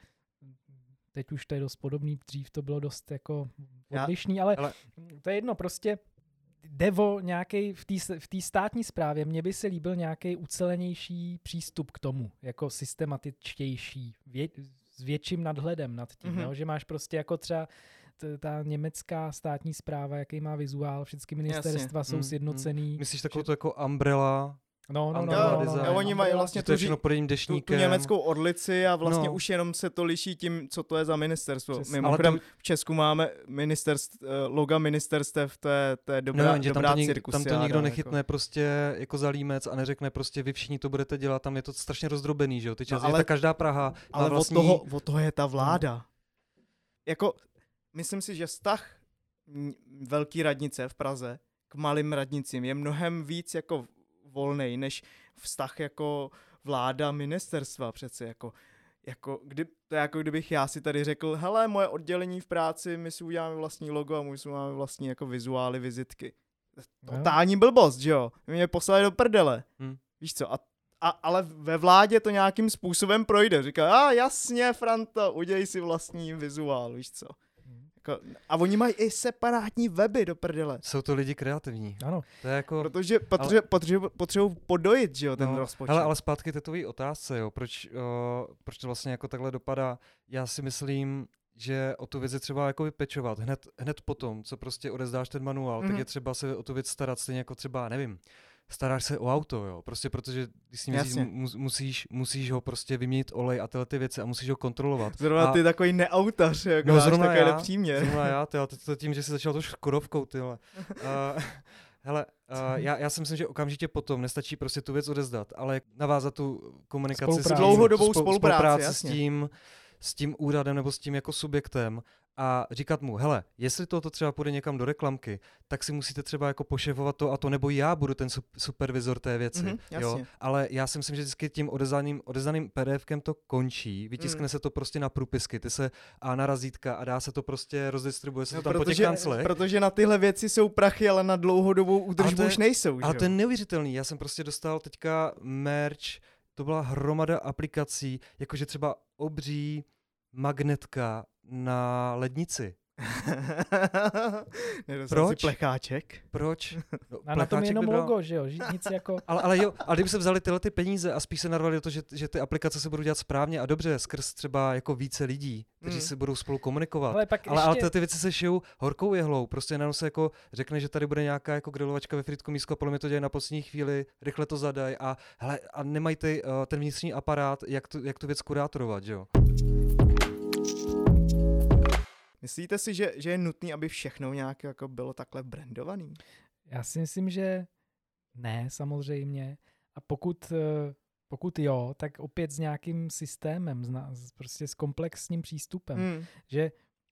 teď už to je dost podobný, dřív to bylo dost jako odlišný, ale, ale to je jedno, prostě jde o nějaký, v té v té státní správě mně by se líbil nějaký ucelenější přístup k tomu, jako systematičtější, vě, s větším nadhledem nad tím, mm-hmm. jo? Že máš prostě jako třeba t, ta německá státní správa, jaký má vizuál, všechny ministerstva Jasně. jsou mm, sjednocený. Mm. Myslíš takovou to jako umbrella? No, no, no, no, no, no, no. Oni mají vlastně tu, tu, tu německou orlici a vlastně no. už jenom se to liší tím, co to je za ministerstvo. Přesně. Mimochodem to... v Česku máme ministerstv, loga ministerstev, to je, to je dobrá, no, dobrá tam to, cirkusiáda. Tam to nikdo nechytne jako. prostě jako za límec a neřekne prostě vy všichni to budete dělat, tam je to strašně rozdrobený, že jo? Ty čas, no, ale, ta každá Praha ale vlastní... od, toho, od toho je ta vláda. No. Jako, myslím si, že vztah velký radnice v Praze k malým radnicím je mnohem víc jako volnej, než vztah jako vláda ministerstva přece jako, jako kdy, to je jako kdybych já si tady řekl, hele, moje oddělení v práci, my si uděláme vlastní logo a my si máme vlastní jako vizuály, vizitky. Totální blbost, že jo? Mě poslali do prdele. Hmm. Víš co? A, a, ale ve vládě to nějakým způsobem projde. Říká, a jasně, Franto, udělej si vlastní vizuál, víš co? A oni mají i separátní weby do prdele. Jsou to lidi kreativní. Ano. To je jako... Protože potře- ale... potře- potřebují podojit, že jo, ten no, rozpočet. Hele, ale zpátky k tétové otázce, jo, proč, uh, proč to vlastně jako takhle dopadá. Já si myslím, že o tu věc je třeba jako pečovat hned, hned potom, co prostě odezdáš ten manuál, mm-hmm. tak je třeba se o tu věc starat stejně jako třeba, nevím, staráš se o auto, jo, prostě protože když s ním jezdíš, mu, musíš, musíš ho prostě vyměnit olej a tyhle ty věci a musíš ho kontrolovat. Zrovna a... ty takový neautař, jako no, dáš zrovna takové já, nepřímě. Zrovna já, tyjo, to, to tím, že jsi začal to škodovkou, tyhle. Uh, hele, uh, já, já si myslím, že okamžitě potom nestačí prostě tu věc odezdat, ale navázat tu komunikaci s tím, dlouhodobou spol, spolupráci, spolupráci s tím, s tím úřadem nebo s tím jako subjektem a říkat mu, hele, jestli to třeba půjde někam do reklamky, tak si musíte třeba jako pošefovat to a to, nebo já budu ten supervizor té věci. Mm-hmm, jo? Ale já si myslím, že vždycky tím odezaným, odezaným PDFkem to končí, vytiskne mm. se to prostě na průpisky, ty se a na razítka a dá se to prostě rozdistribuje se no, to tam protože, po těch kanclech. Protože na tyhle věci jsou prachy, ale na dlouhodobou údržbu už nejsou. Ale že? to je neuvěřitelný, já jsem prostě dostal teďka merch, to byla hromada aplikací, jakože třeba obří magnetka na lednici. Proč? Plecháček. Proč? No, a na tom je jenom logo, že jo? Nic jako... ale, ale jo, ale kdyby se vzali tyhle ty peníze a spíš se narvali do toho, že, že ty aplikace se budou dělat správně a dobře, skrz třeba jako více lidí, kteří mm. si budou spolu komunikovat. Ale, pak ale, ještě... ale ty, ty věci se šijou horkou jehlou. Prostě najednou se jako řekne, že tady bude nějaká jako grilovačka ve Frýdku Místku a podle mě to dělají na poslední chvíli, rychle to zadají a, hele, a nemají ty, uh, ten vnitřní aparát, jak tu, jak tu věc kurátorovat, že jo? Myslíte si, že, že je nutný, aby všechno nějak jako bylo takhle brandovaný? Já si myslím, že ne, samozřejmě. A pokud, pokud jo, tak opět s nějakým systémem, s, prostě s komplexním přístupem. Hmm. Že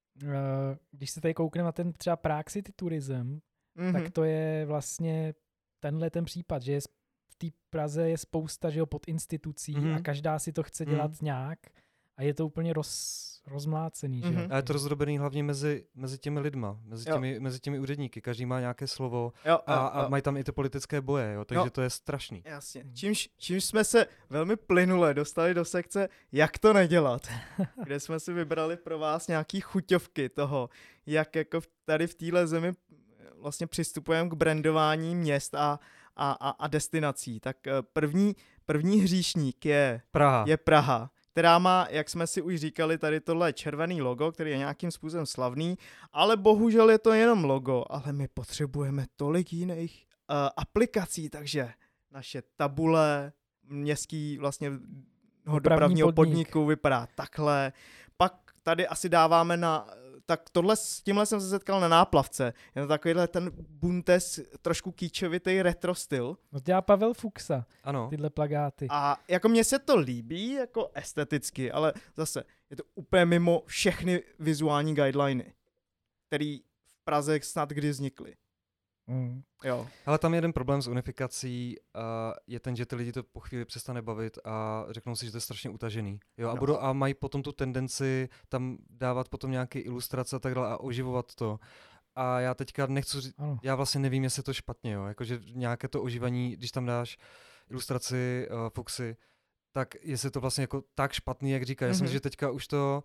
když se tady koukneme na ten třeba Prague City Tourism, mm-hmm. tak to je vlastně tenhle ten případ, že je v té Praze je spousta, že jo, podinstitucí mm-hmm. a každá si to chce dělat mm-hmm. nějak a je to úplně roz... rozmlácený, mm-hmm. že jo? A je to rozdrobený hlavně mezi, mezi těmi lidma, mezi těmi, mezi těmi úředníky. Každý má nějaké slovo jo, a, a, a mají tam i ty politické boje, jo? Takže jo. to je strašný. Jasně. Čímž, čímž jsme se velmi plynule dostali do sekce Jak to nedělat, kde jsme si vybrali pro vás nějaký chuťovky toho, jak jako tady v téhle zemi vlastně přistupujeme k brandování měst a, a, a, a destinací. Tak první, první hříšník je Praha. Je Praha. Která má, jak jsme si už říkali, tady tohle červený logo, který je nějakým způsobem slavný, ale bohužel je to jenom logo, ale my potřebujeme tolik jiných uh, aplikací, takže naše tabule městský vlastně dopravního podnik. podniku vypadá takhle, pak tady asi dáváme na, tak tohle, s tímhle jsem se setkal na náplavce, je to takovýhle ten buntes, trošku kýčovitý retro styl. No dělá Pavel Fuchsa, ano. Tyhle plagáty. A jako mně se to líbí, jako esteticky, ale zase je to úplně mimo všechny vizuální guideliny, které v Praze snad kdy vznikly. Mm. Jo. Ale tam jeden problém s unifikací uh, je ten, že ty lidi to po chvíli přestane bavit a řeknou si, že to je strašně utažený. Jo, a, no. budou, a mají potom tu tendenci tam dávat potom nějaké ilustrace a tak dále a oživovat to. A já teďka nechci říct, ano. já vlastně nevím, jestli je to špatně, jo, jakože nějaké to ožívání, když tam dáš ilustraci uh, Fuxy, tak jestli to vlastně jako tak špatný, jak říká. Já mm-hmm. si myslím, že teďka už to,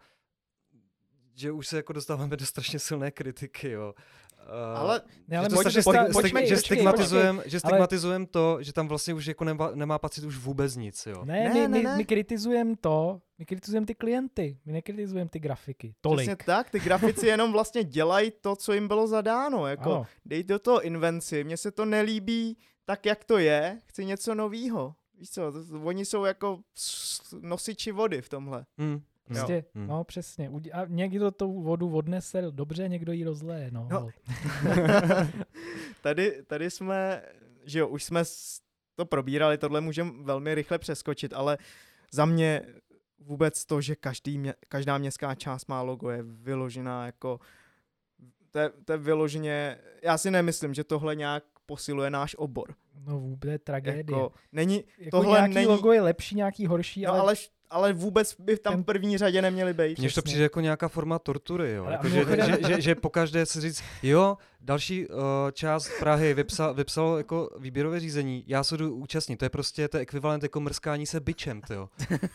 že už se jako dostáváme do strašně silné kritiky, jo. Uh, ale, ne, ale že, pojď, že, pojď, stig, pojď, že stigmatizujeme ale... stigmatizujem to, že tam vlastně už jako nemá, nemá patřit už vůbec nic, jo. Ne, ne, my, ne, my, ne. my kritizujeme to, my kritizujeme ty klienty, my nekritizujeme ty grafiky. Tolik. Přesně tak, ty grafici jenom vlastně dělají to, co jim bylo zadáno, jako ano. Dej do toho invenci, mně se to nelíbí tak, jak to je, chci něco novýho. Víš co, to, to, oni jsou jako nosiči vody v tomhle. Hmm. Prostě, hmm. no přesně. A někdo tu vodu odnese dobře, někdo ji rozleje, no. no. tady, tady jsme, že jo, už jsme to probírali, tohle můžeme velmi rychle přeskočit, ale za mě vůbec to, že každý mě, každá městská část má logo, je vyložená jako, to je, to je vyloženě, já si nemyslím, že tohle nějak posiluje náš obor. No vůbec tragédie. Jako, není, jako tohle nějaký není, logo je lepší, nějaký horší, no, ale... ale ale vůbec by tam v první řadě neměli být. Mně to přijde jako nějaká forma tortury, jo. Jako, že, mimochodem... že, že, že pokaždé se říct, jo, další uh, část Prahy vypsal, vypsal jako výběrové řízení, já se jdu účastnit, to je prostě to je ekvivalent jako mrskání se bičem, tyjo.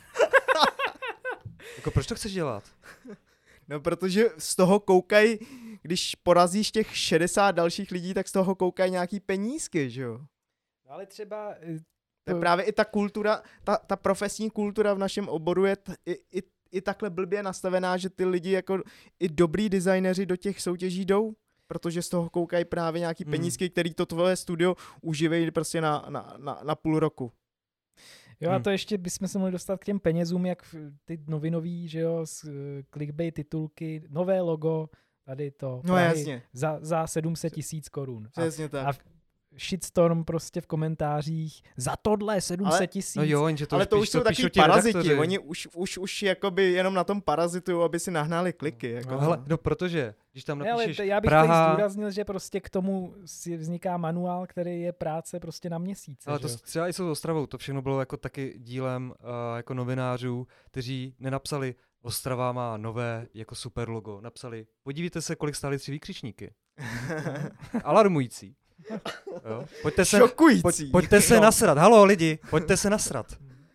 Jako proč to chceš dělat? No, protože z toho koukají, když porazíš těch šedesát dalších lidí, tak z toho koukají nějaký penízky, že jo. No, ale třeba... To je právě i ta kultura, ta, ta profesní kultura v našem oboru je t, i, i, i takhle blbě nastavená, že ty lidi jako i dobrý designéři do těch soutěží jdou, protože z toho koukají právě nějaký Hmm. penízky, který to tvoje studio uživejí prostě na, na, na, na půl roku. Jo a Hmm. to ještě bychom se mohli dostat k těm penězům, jak v- ty novinový, že jo, s, eh, clickbait titulky, nové logo, tady to, No Prahy, jasně, za, za sedm set tisíc korun. A, přesně tak. a shitstorm prostě v komentářích, za tohle sedm set tisíc. No jo, jenže to Ale už to píš- už jsou to píšou takový ti paraziti, redaktoři. oni už, už, už jakoby jenom na tom parazitují, aby si nahnali kliky. Jako. No, hele, no protože, když tam Ne, ale napíšeš t- já bych Praha, tady zdůraznil, že prostě k tomu si vzniká manuál, který je práce prostě na měsíce. ale to že jo? s- třeba i s tou Ostravou, to všechno bylo jako taky dílem uh, jako novinářů, kteří nenapsali Ostrava má nové jako super logo. Napsali, podívejte se, kolik stály tři výkřičníky. Alarmující. Jo? Pojďte se, Šokující. pojď, pojďte se No. nasrat. Halo lidi, pojďte se nasrat.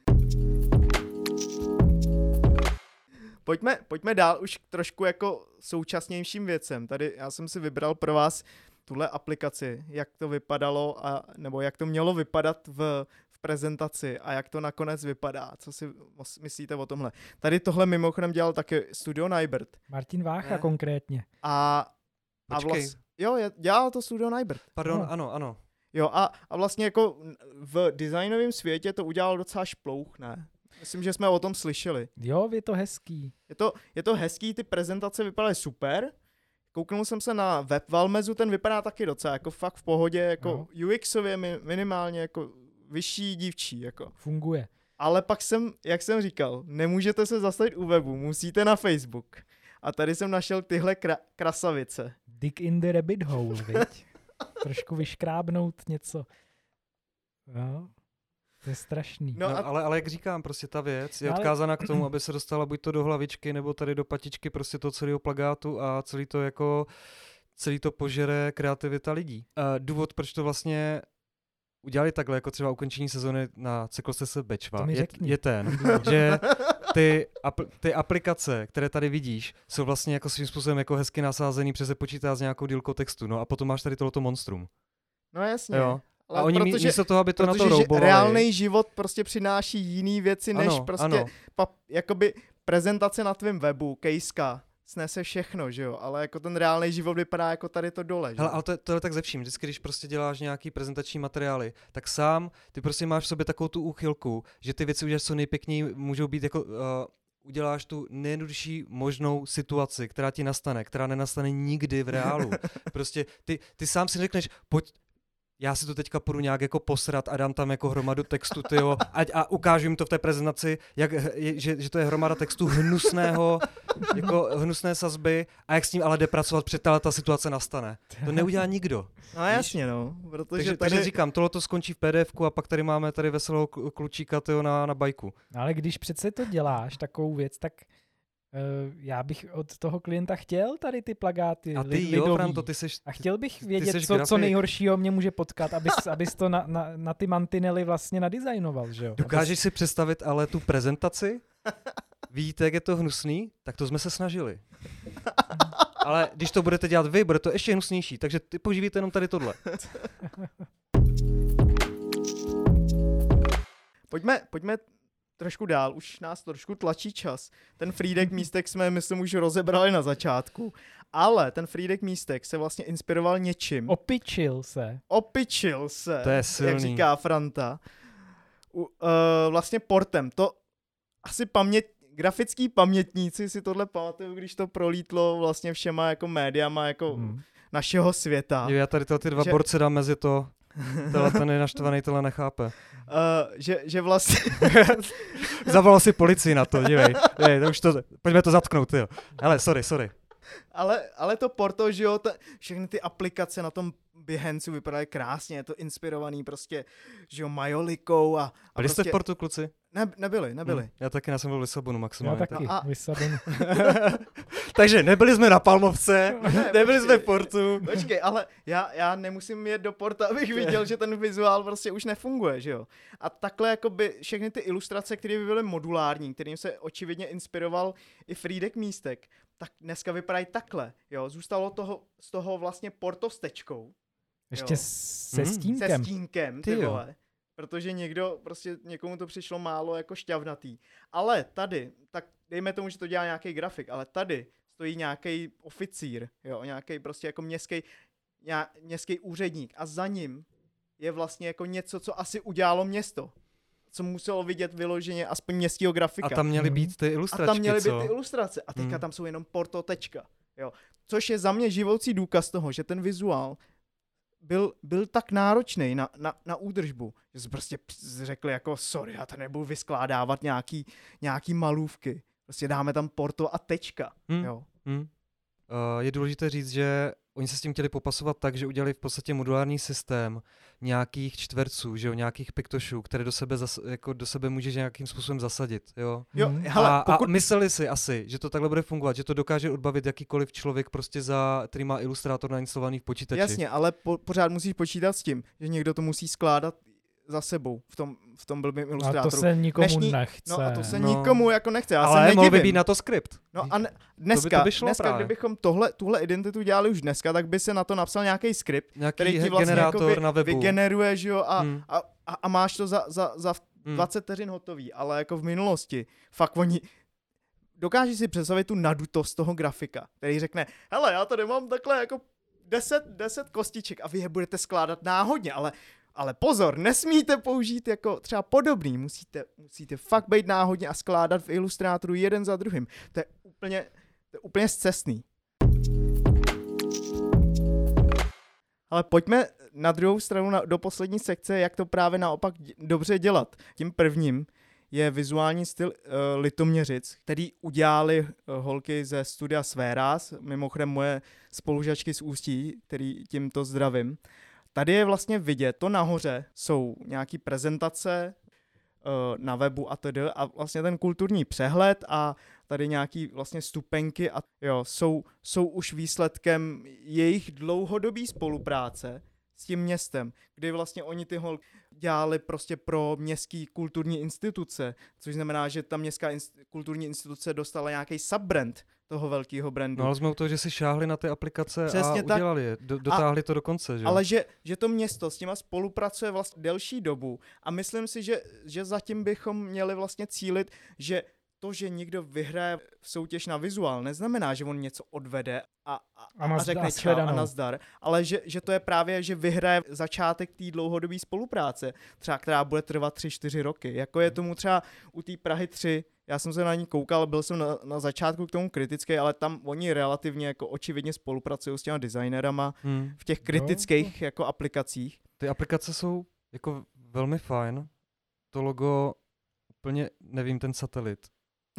Pojďme, pojďme dál už k trošku jako současnějším věcem. Tady já jsem si vybral pro vás tuhle aplikaci, jak to vypadalo, a, nebo jak to mělo vypadat v, v prezentaci a jak to nakonec vypadá. Co si os- myslíte o tomhle? Tady tohle mimochodem dělal taky Studio Nybert. Martin Vácha Ne. konkrétně. A, a Počkej. vlast, jo, je- dělal to Studio Nybert. Pardon, No. ano, ano. Jo, a, a vlastně jako v designovém světě to udělal docela šplouch, ne? Myslím, že jsme o tom slyšeli. Jo, je to hezký. Je to, je to hezký, ty prezentace vypadaly super. Kouknul jsem se na web Valmezu, ten vypadá taky docela jako fakt v pohodě, jako U Xově mi, minimálně jako vyšší dívčí, jako. Funguje. Ale pak jsem, jak jsem říkal, nemůžete se zastavit u webu, musíte na Facebook. A tady jsem našel tyhle kra- krasavice. Dig in the rabbit hole, viď? Trošku vyškrábnout něco. Jo, to je strašný. No No, a- ale, ale jak říkám, prostě ta věc je Ale- odkázána k tomu, aby se dostala buď to do hlavičky, nebo tady do patičky prostě toho celého plagátu a celý to jako, celý to požere kreativita lidí. Uh, důvod, proč to vlastně udělali takhle, jako třeba ukončení sezony na cyklostezce Bečva, To mi je, řekni. je ten, že ty, apl- ty aplikace, které tady vidíš, jsou vlastně jako svým způsobem jako hezky nasázený, přes se počítá s nějakou dílkou textu. No a potom máš tady tohleto monstrum. No jasně. Jo. Ale A oni mí- protože, místo toho, aby to na to protože že roubovali. reálný život prostě přináší jiný věci, než ano, prostě ano. pap, jakoby prezentace na tvém webu, kejska, snese všechno, že jo, ale jako ten reálný život vypadá jako tady to dole, že Hele, jo. ale to, to je tak ze vším. Vždycky, když prostě děláš nějaký prezentační materiály, tak sám ty prostě máš v sobě takovou tu úchylku, že ty věci uděláš co nejpěkněji, můžou být jako... Uh, uděláš tu nejjednodušší možnou situaci, která ti nastane, která nenastane nikdy v reálu. Prostě ty, ty sám si řekneš, pojď, já si to teďka půjdu nějak jako posrat a dám tam jako hromadu textu, tyjo, a, a ukážu jim to v té prezentaci, jak, je, že, že to je hromada textu hnusného, jako hnusné sazby a jak s tím ale jde pracovat, před ta, ta situace nastane. To neudělá nikdo. No jasně, no, protože Takže, tady... takže říkám, tohle to skončí v P D F ku a pak tady máme tady veselého klu- klučíka tyjo, na, na bajku. No, ale když přece to děláš, takovou věc, tak uh, já bych od toho klienta chtěl tady ty plagáty A li- ty jo, lidový. Franto, ty seš... A chtěl bych ty vědět, seš co, co grafik. nejhoršího mě může potkat, abys, abys to na, na, na ty mantinely vlastně nadizajnoval, že jo? Dokážeš si představit ale tu prezentaci? Víte, jak je to hnusný? Tak to jsme se snažili. Ale když to budete dělat vy, bude to ještě hnusnější, takže ty používejte jenom tady tohle. Pojďme, pojďme trošku dál, už nás trošku tlačí čas. Ten Frýdek místek jsme, myslím, už rozebrali na začátku, ale ten Frýdek místek se vlastně inspiroval něčím. Opičil se. Opičil se, To je jak silný. říká Franta. U, uh, vlastně portem. To asi paměť, grafický pamětníci si tohle pamatuju, když to prolítlo vlastně všema jako médiama jako Hmm. našeho světa. Jo, já tady tyhle ty dva Že- borce dám mezi to. Tohle ten je naštvaný, tohle nechápe. Uh, že, že vlastně... Zavolal si policii na to, dívej. Dívej, to už to, pojďme to zatknout, jo. Hele, sorry, sorry. Ale, ale to Porto, že jo, ta, všechny ty aplikace na tom Behanceu vypadaly krásně, je to inspirovaný prostě, že jo, majolikou a, a Byli jste prostě... v Portu, kluci? Ne, nebyli, nebyli. Hm, já taky, já jsem byl v Lisabonu Já maximálně. taky, No a- v Lisabonu. Takže nebyli jsme na Palmovce, Ne, nebyli počkej. jsme v Portu. Počkej, ale já, já nemusím jet do Porta, abych viděl, že ten vizuál prostě už nefunguje, že jo. A takhle jakoby všechny ty ilustrace, které by byly modulární, kterým se očividně inspiroval i Frýdek místek, tak dneska vypadají takhle, jo. Zůstalo toho, z toho vlastně Porto s tečkou, Ještě Jo. se Mhm. se stínkem. stínkem, Ty ty jo. vole. protože někdo, prostě někomu to přišlo málo jako šťavnatý. Ale tady, tak dejme tomu, že to dělá nějaký grafik, ale tady stojí nějaký oficír, jo, nějaký prostě jako městský, městský úředník a za ním je vlastně jako něco, co asi udělalo město. Co muselo vidět vyloženě aspoň městského grafika. A tam měly být ty ilustračky, A tam měly co? být ty ilustrace. A teďka hmm. tam jsou jenom portotečka. Jo. Což je za mě živoucí důkaz toho, že ten vizuál byl, byl tak náročný na, na, na údržbu, že jsme prostě řekli jako sorry, já to nebudu vyskládávat nějaký, nějaký malůvky. Prostě dáme tam porto a tečka. Hmm. Jo. Hmm. Uh, je důležité říct, že oni se s tím chtěli popasovat tak, že udělali v podstatě modulární systém nějakých čtverců, že jo, nějakých piktošů, které do sebe, zas, jako do sebe můžeš nějakým způsobem zasadit, jo. jo mm. hele, a, pokud... a mysleli si asi, že to takhle bude fungovat, že to dokáže odbavit jakýkoliv člověk prostě za, který má ilustrátor nainstalovaný v počítači. Jasně, ale po, pořád musíš počítat s tím, že někdo to musí skládat za sebou v tom, v tom blbým ilustrátoru. A to se nikomu Dnešní, nechce. No a to se no. nikomu jako nechce, já ale se mohl by nedivím. být na to skript. No a ne, dneska, to by, to by šlo dneska právě. kdybychom tohle, tuhle identitu dělali už dneska, tak by se na to napsal nějaký skript, Nějaký který ti vlastně generátor jako vy, na webu. vygeneruje, že jo, a, Hmm. a, a, a máš to za, za, za Hmm. dvacet vteřin hotový, ale jako v minulosti, fakt oni, dokážeš si představit tu nadutost toho grafika, který řekne, hele, já tady mám takhle jako deset, deset kostiček a vy je budete skládat náhodně, ale Ale pozor, nesmíte použít jako třeba podobný, musíte, musíte fakt být náhodně a skládat v ilustrátoru jeden za druhým. To je úplně, to je úplně scestný. Ale pojďme na druhou stranu na, do poslední sekce, jak to právě naopak dobře dělat. Tím prvním je vizuální styl uh, Litoměřic, který udělali uh, holky ze studia Sféras, mimochodem moje spolužačky z Ústí, který tímto zdravím. Tady je vlastně vidět, to nahoře jsou nějaký prezentace uh, na webu a td. A vlastně ten kulturní přehled a tady nějaký vlastně stupenky a jo, jsou, jsou už výsledkem jejich dlouhodobé spolupráce s tím městem, kdy vlastně oni ty holky dělali prostě pro městský kulturní instituce, což znamená, že ta městská inst- kulturní instituce dostala nějaký subbrand toho velkého brandu. No ale jsme u toho, že si šáhli na ty aplikace Přesně a tak. udělali je, do, dotáhli a, to do konce, že? Ale že, že to město s těma spolupracuje vlastně delší dobu a myslím si, že, že zatím bychom měli vlastně cílit, že to, že někdo vyhraje soutěž na vizuál, neznamená, že on něco odvede a, a, A, a řekne čau a nazdar, ale že, že to je právě, že vyhraje začátek té dlouhodobé spolupráce, třeba která bude trvat tři čtyři roky, jako je tomu třeba u té Prahy tři. Já jsem se na ní koukal, byl jsem na, na začátku k tomu kritický, ale tam oni relativně jako očividně spolupracují s těma designerama hmm. v těch kritických jako aplikacích. Ty aplikace jsou jako velmi fajn. To logo úplně, nevím, ten satelit.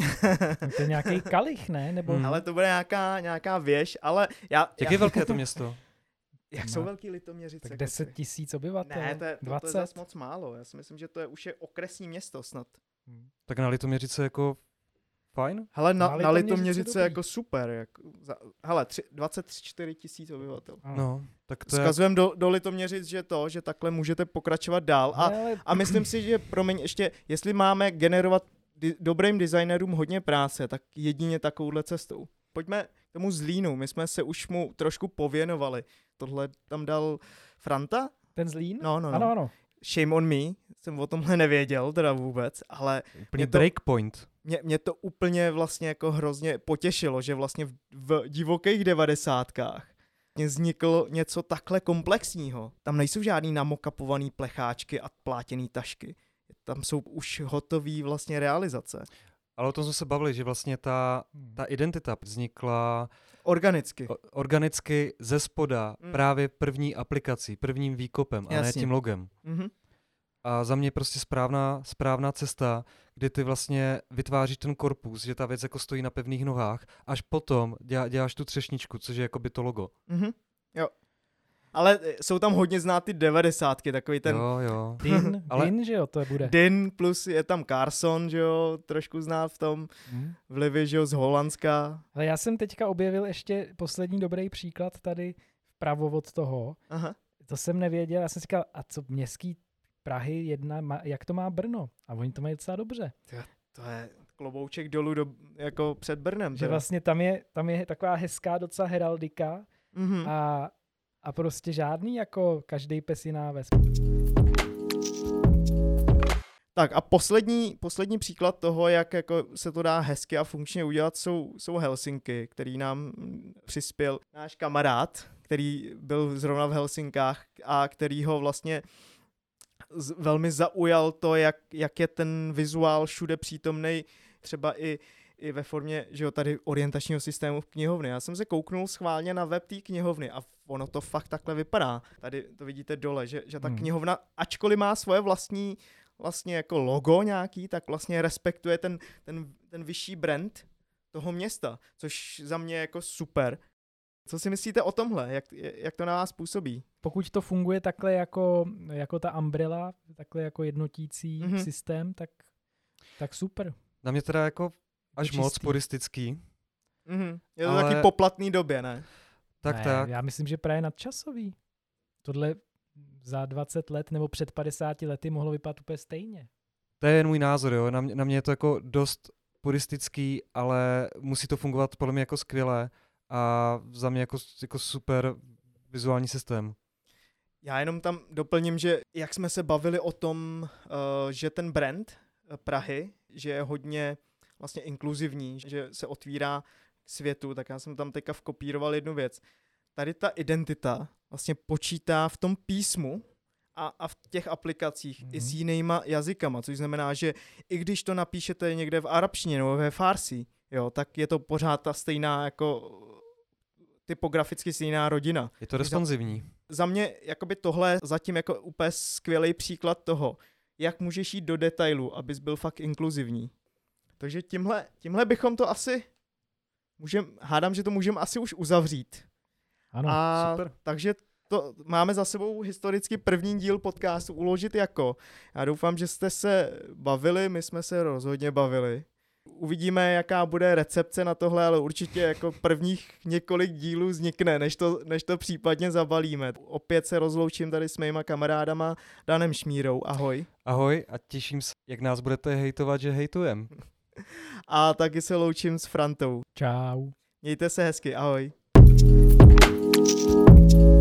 To je nějaký kalich, ne? Nebo... Hmm. Ale to bude nějaká, nějaká věž, ale já... Jak já, je velké to město? Jak No. jsou velký Litoměřice? Tak deset tisíc obyvatel? Ne, to je, to, to je dvacet? zase moc málo. Já si myslím, že to je už je okresní město snad. Tak na Litoměřice jako fajn? Hele, na, Na na Litoměřice Litoměřice dobrý. jako super. Jako za, hele, tři, dvacet čtyři tisíc obyvatel. No, tak to je... Zkazujeme do, do Litoměřic, že to, že takhle můžete pokračovat dál. A, Ale... a myslím si, že, promiň, ještě, jestli máme generovat di- dobrým designerům hodně práce, tak jedině takovouhle cestou. Pojďme k tomu Zlínu. My jsme se už mu trošku pověnovali. Tohle tam dal Franta? Ten Zlín? No, no, no. Ano, ano. Shame on me. Jsem o tomhle nevěděl, teda vůbec, ale Úplně je to- breakpoint. mě, mě to úplně vlastně jako hrozně potěšilo, že vlastně v, v divokých devadesátkách vzniklo něco takhle komplexního. Tam nejsou žádný namokapovaný plecháčky a plátěný tašky. Tam jsou už hotový vlastně realizace. Ale o tom jsme se bavili, že vlastně ta, ta identita vznikla Organicky. o- organicky ze spoda Mm. právě první aplikací, prvním výkopem a ne Jasně. tím logem. Mhm. A za mě prostě správná, správná cesta, kdy ty vlastně vytváříš ten korpus, že ta věc jako stojí na pevných nohách, až potom dělá, děláš tu třešničku, což je jako by to logo. Mhm. Jo. Ale e, jsou tam hodně znát ty devadesátky, takový ten Jo, jo. Din, Ale- Din, že jo, to bude. Din plus je tam Carson, že jo, trošku znát v tom Hm. vlivy, že jo, z Holandska. Ale já jsem teďka objevil ještě poslední dobrý příklad tady vpravo od toho. Aha. To jsem nevěděl, já jsem si říkal, a co městský Prahy jedna, má, jak to má Brno? A oni to mají docela dobře. To je klobouček dolů do, jako před Brnem. Že teda. vlastně tam je, tam je taková hezká docela heraldika Mhm. a, a prostě žádný jako každý pes jiná ves. Tak a poslední, poslední příklad toho, jak jako se to dá hezky a funkčně udělat, jsou, jsou Helsinky, který nám přispěl náš kamarád, který byl zrovna v Helsinkách a který ho vlastně z, velmi zaujal to, jak, jak je ten vizuál všude přítomnej, třeba i, i ve formě, že jo, tady orientačního systému v knihovny. Já jsem se kouknul schválně na web té knihovny a ono to fakt takhle vypadá. Tady to vidíte dole, že, že ta hmm. knihovna, ačkoliv má svoje vlastní vlastně jako logo nějaký, tak vlastně respektuje ten, ten, ten vyšší brand toho města, což za mě je jako super. Co si myslíte o tomhle? Jak, jak to na vás působí? Pokud to funguje takhle jako, jako ta umbrella, takhle jako jednotící mm-hmm. systém, tak, tak super. Na mě teda jako až čistý. Moc puristický. Mm-hmm. Je to ale... taky poplatný době, ne? Tak ne, tak. Já myslím, že právě nadčasový. Tohle za dvacet let nebo před padesáti lety mohlo vypadat úplně stejně. To je jen můj názor, jo. Na mě, na mě je to jako dost puristický, ale musí to fungovat podle mě jako skvěle a za mě jako, jako super vizuální systém. Já jenom tam doplním, že jak jsme se bavili o tom, uh, že ten brand Prahy, že je hodně vlastně inkluzivní, že se otvírá k světu, tak já jsem tam teďka vkopíroval jednu věc. Tady ta identita vlastně počítá v tom písmu a, a v těch aplikacích mm-hmm. i s jinýma jazykama, což znamená, že i když to napíšete někde v arabštině nebo ve farsi, jo, tak je to pořád ta stejná jako typograficky stejná rodina. Je to responsivní. Za, za mě jakoby tohle je zatím jako úplně skvělý příklad toho, jak můžeš jít do detailu, abys byl fakt inkluzivní. Takže tímhle, tímhle bychom to asi můžem, hádám, že to můžeme asi už uzavřít. Ano, a super. Takže to máme za sebou historicky první díl podcastu Uložit jako. Já doufám, že jste se bavili, my jsme se rozhodně bavili. Uvidíme, jaká bude recepce na tohle, ale určitě jako prvních několik dílů vznikne, než to, než to případně zabalíme. Opět se rozloučím tady s mýma kamarádama Danem Šmírou. Ahoj. Ahoj a těším se, jak nás budete hejtovat, že hejtujem. A taky se loučím s Frantou. Čau. Mějte se hezky, ahoj.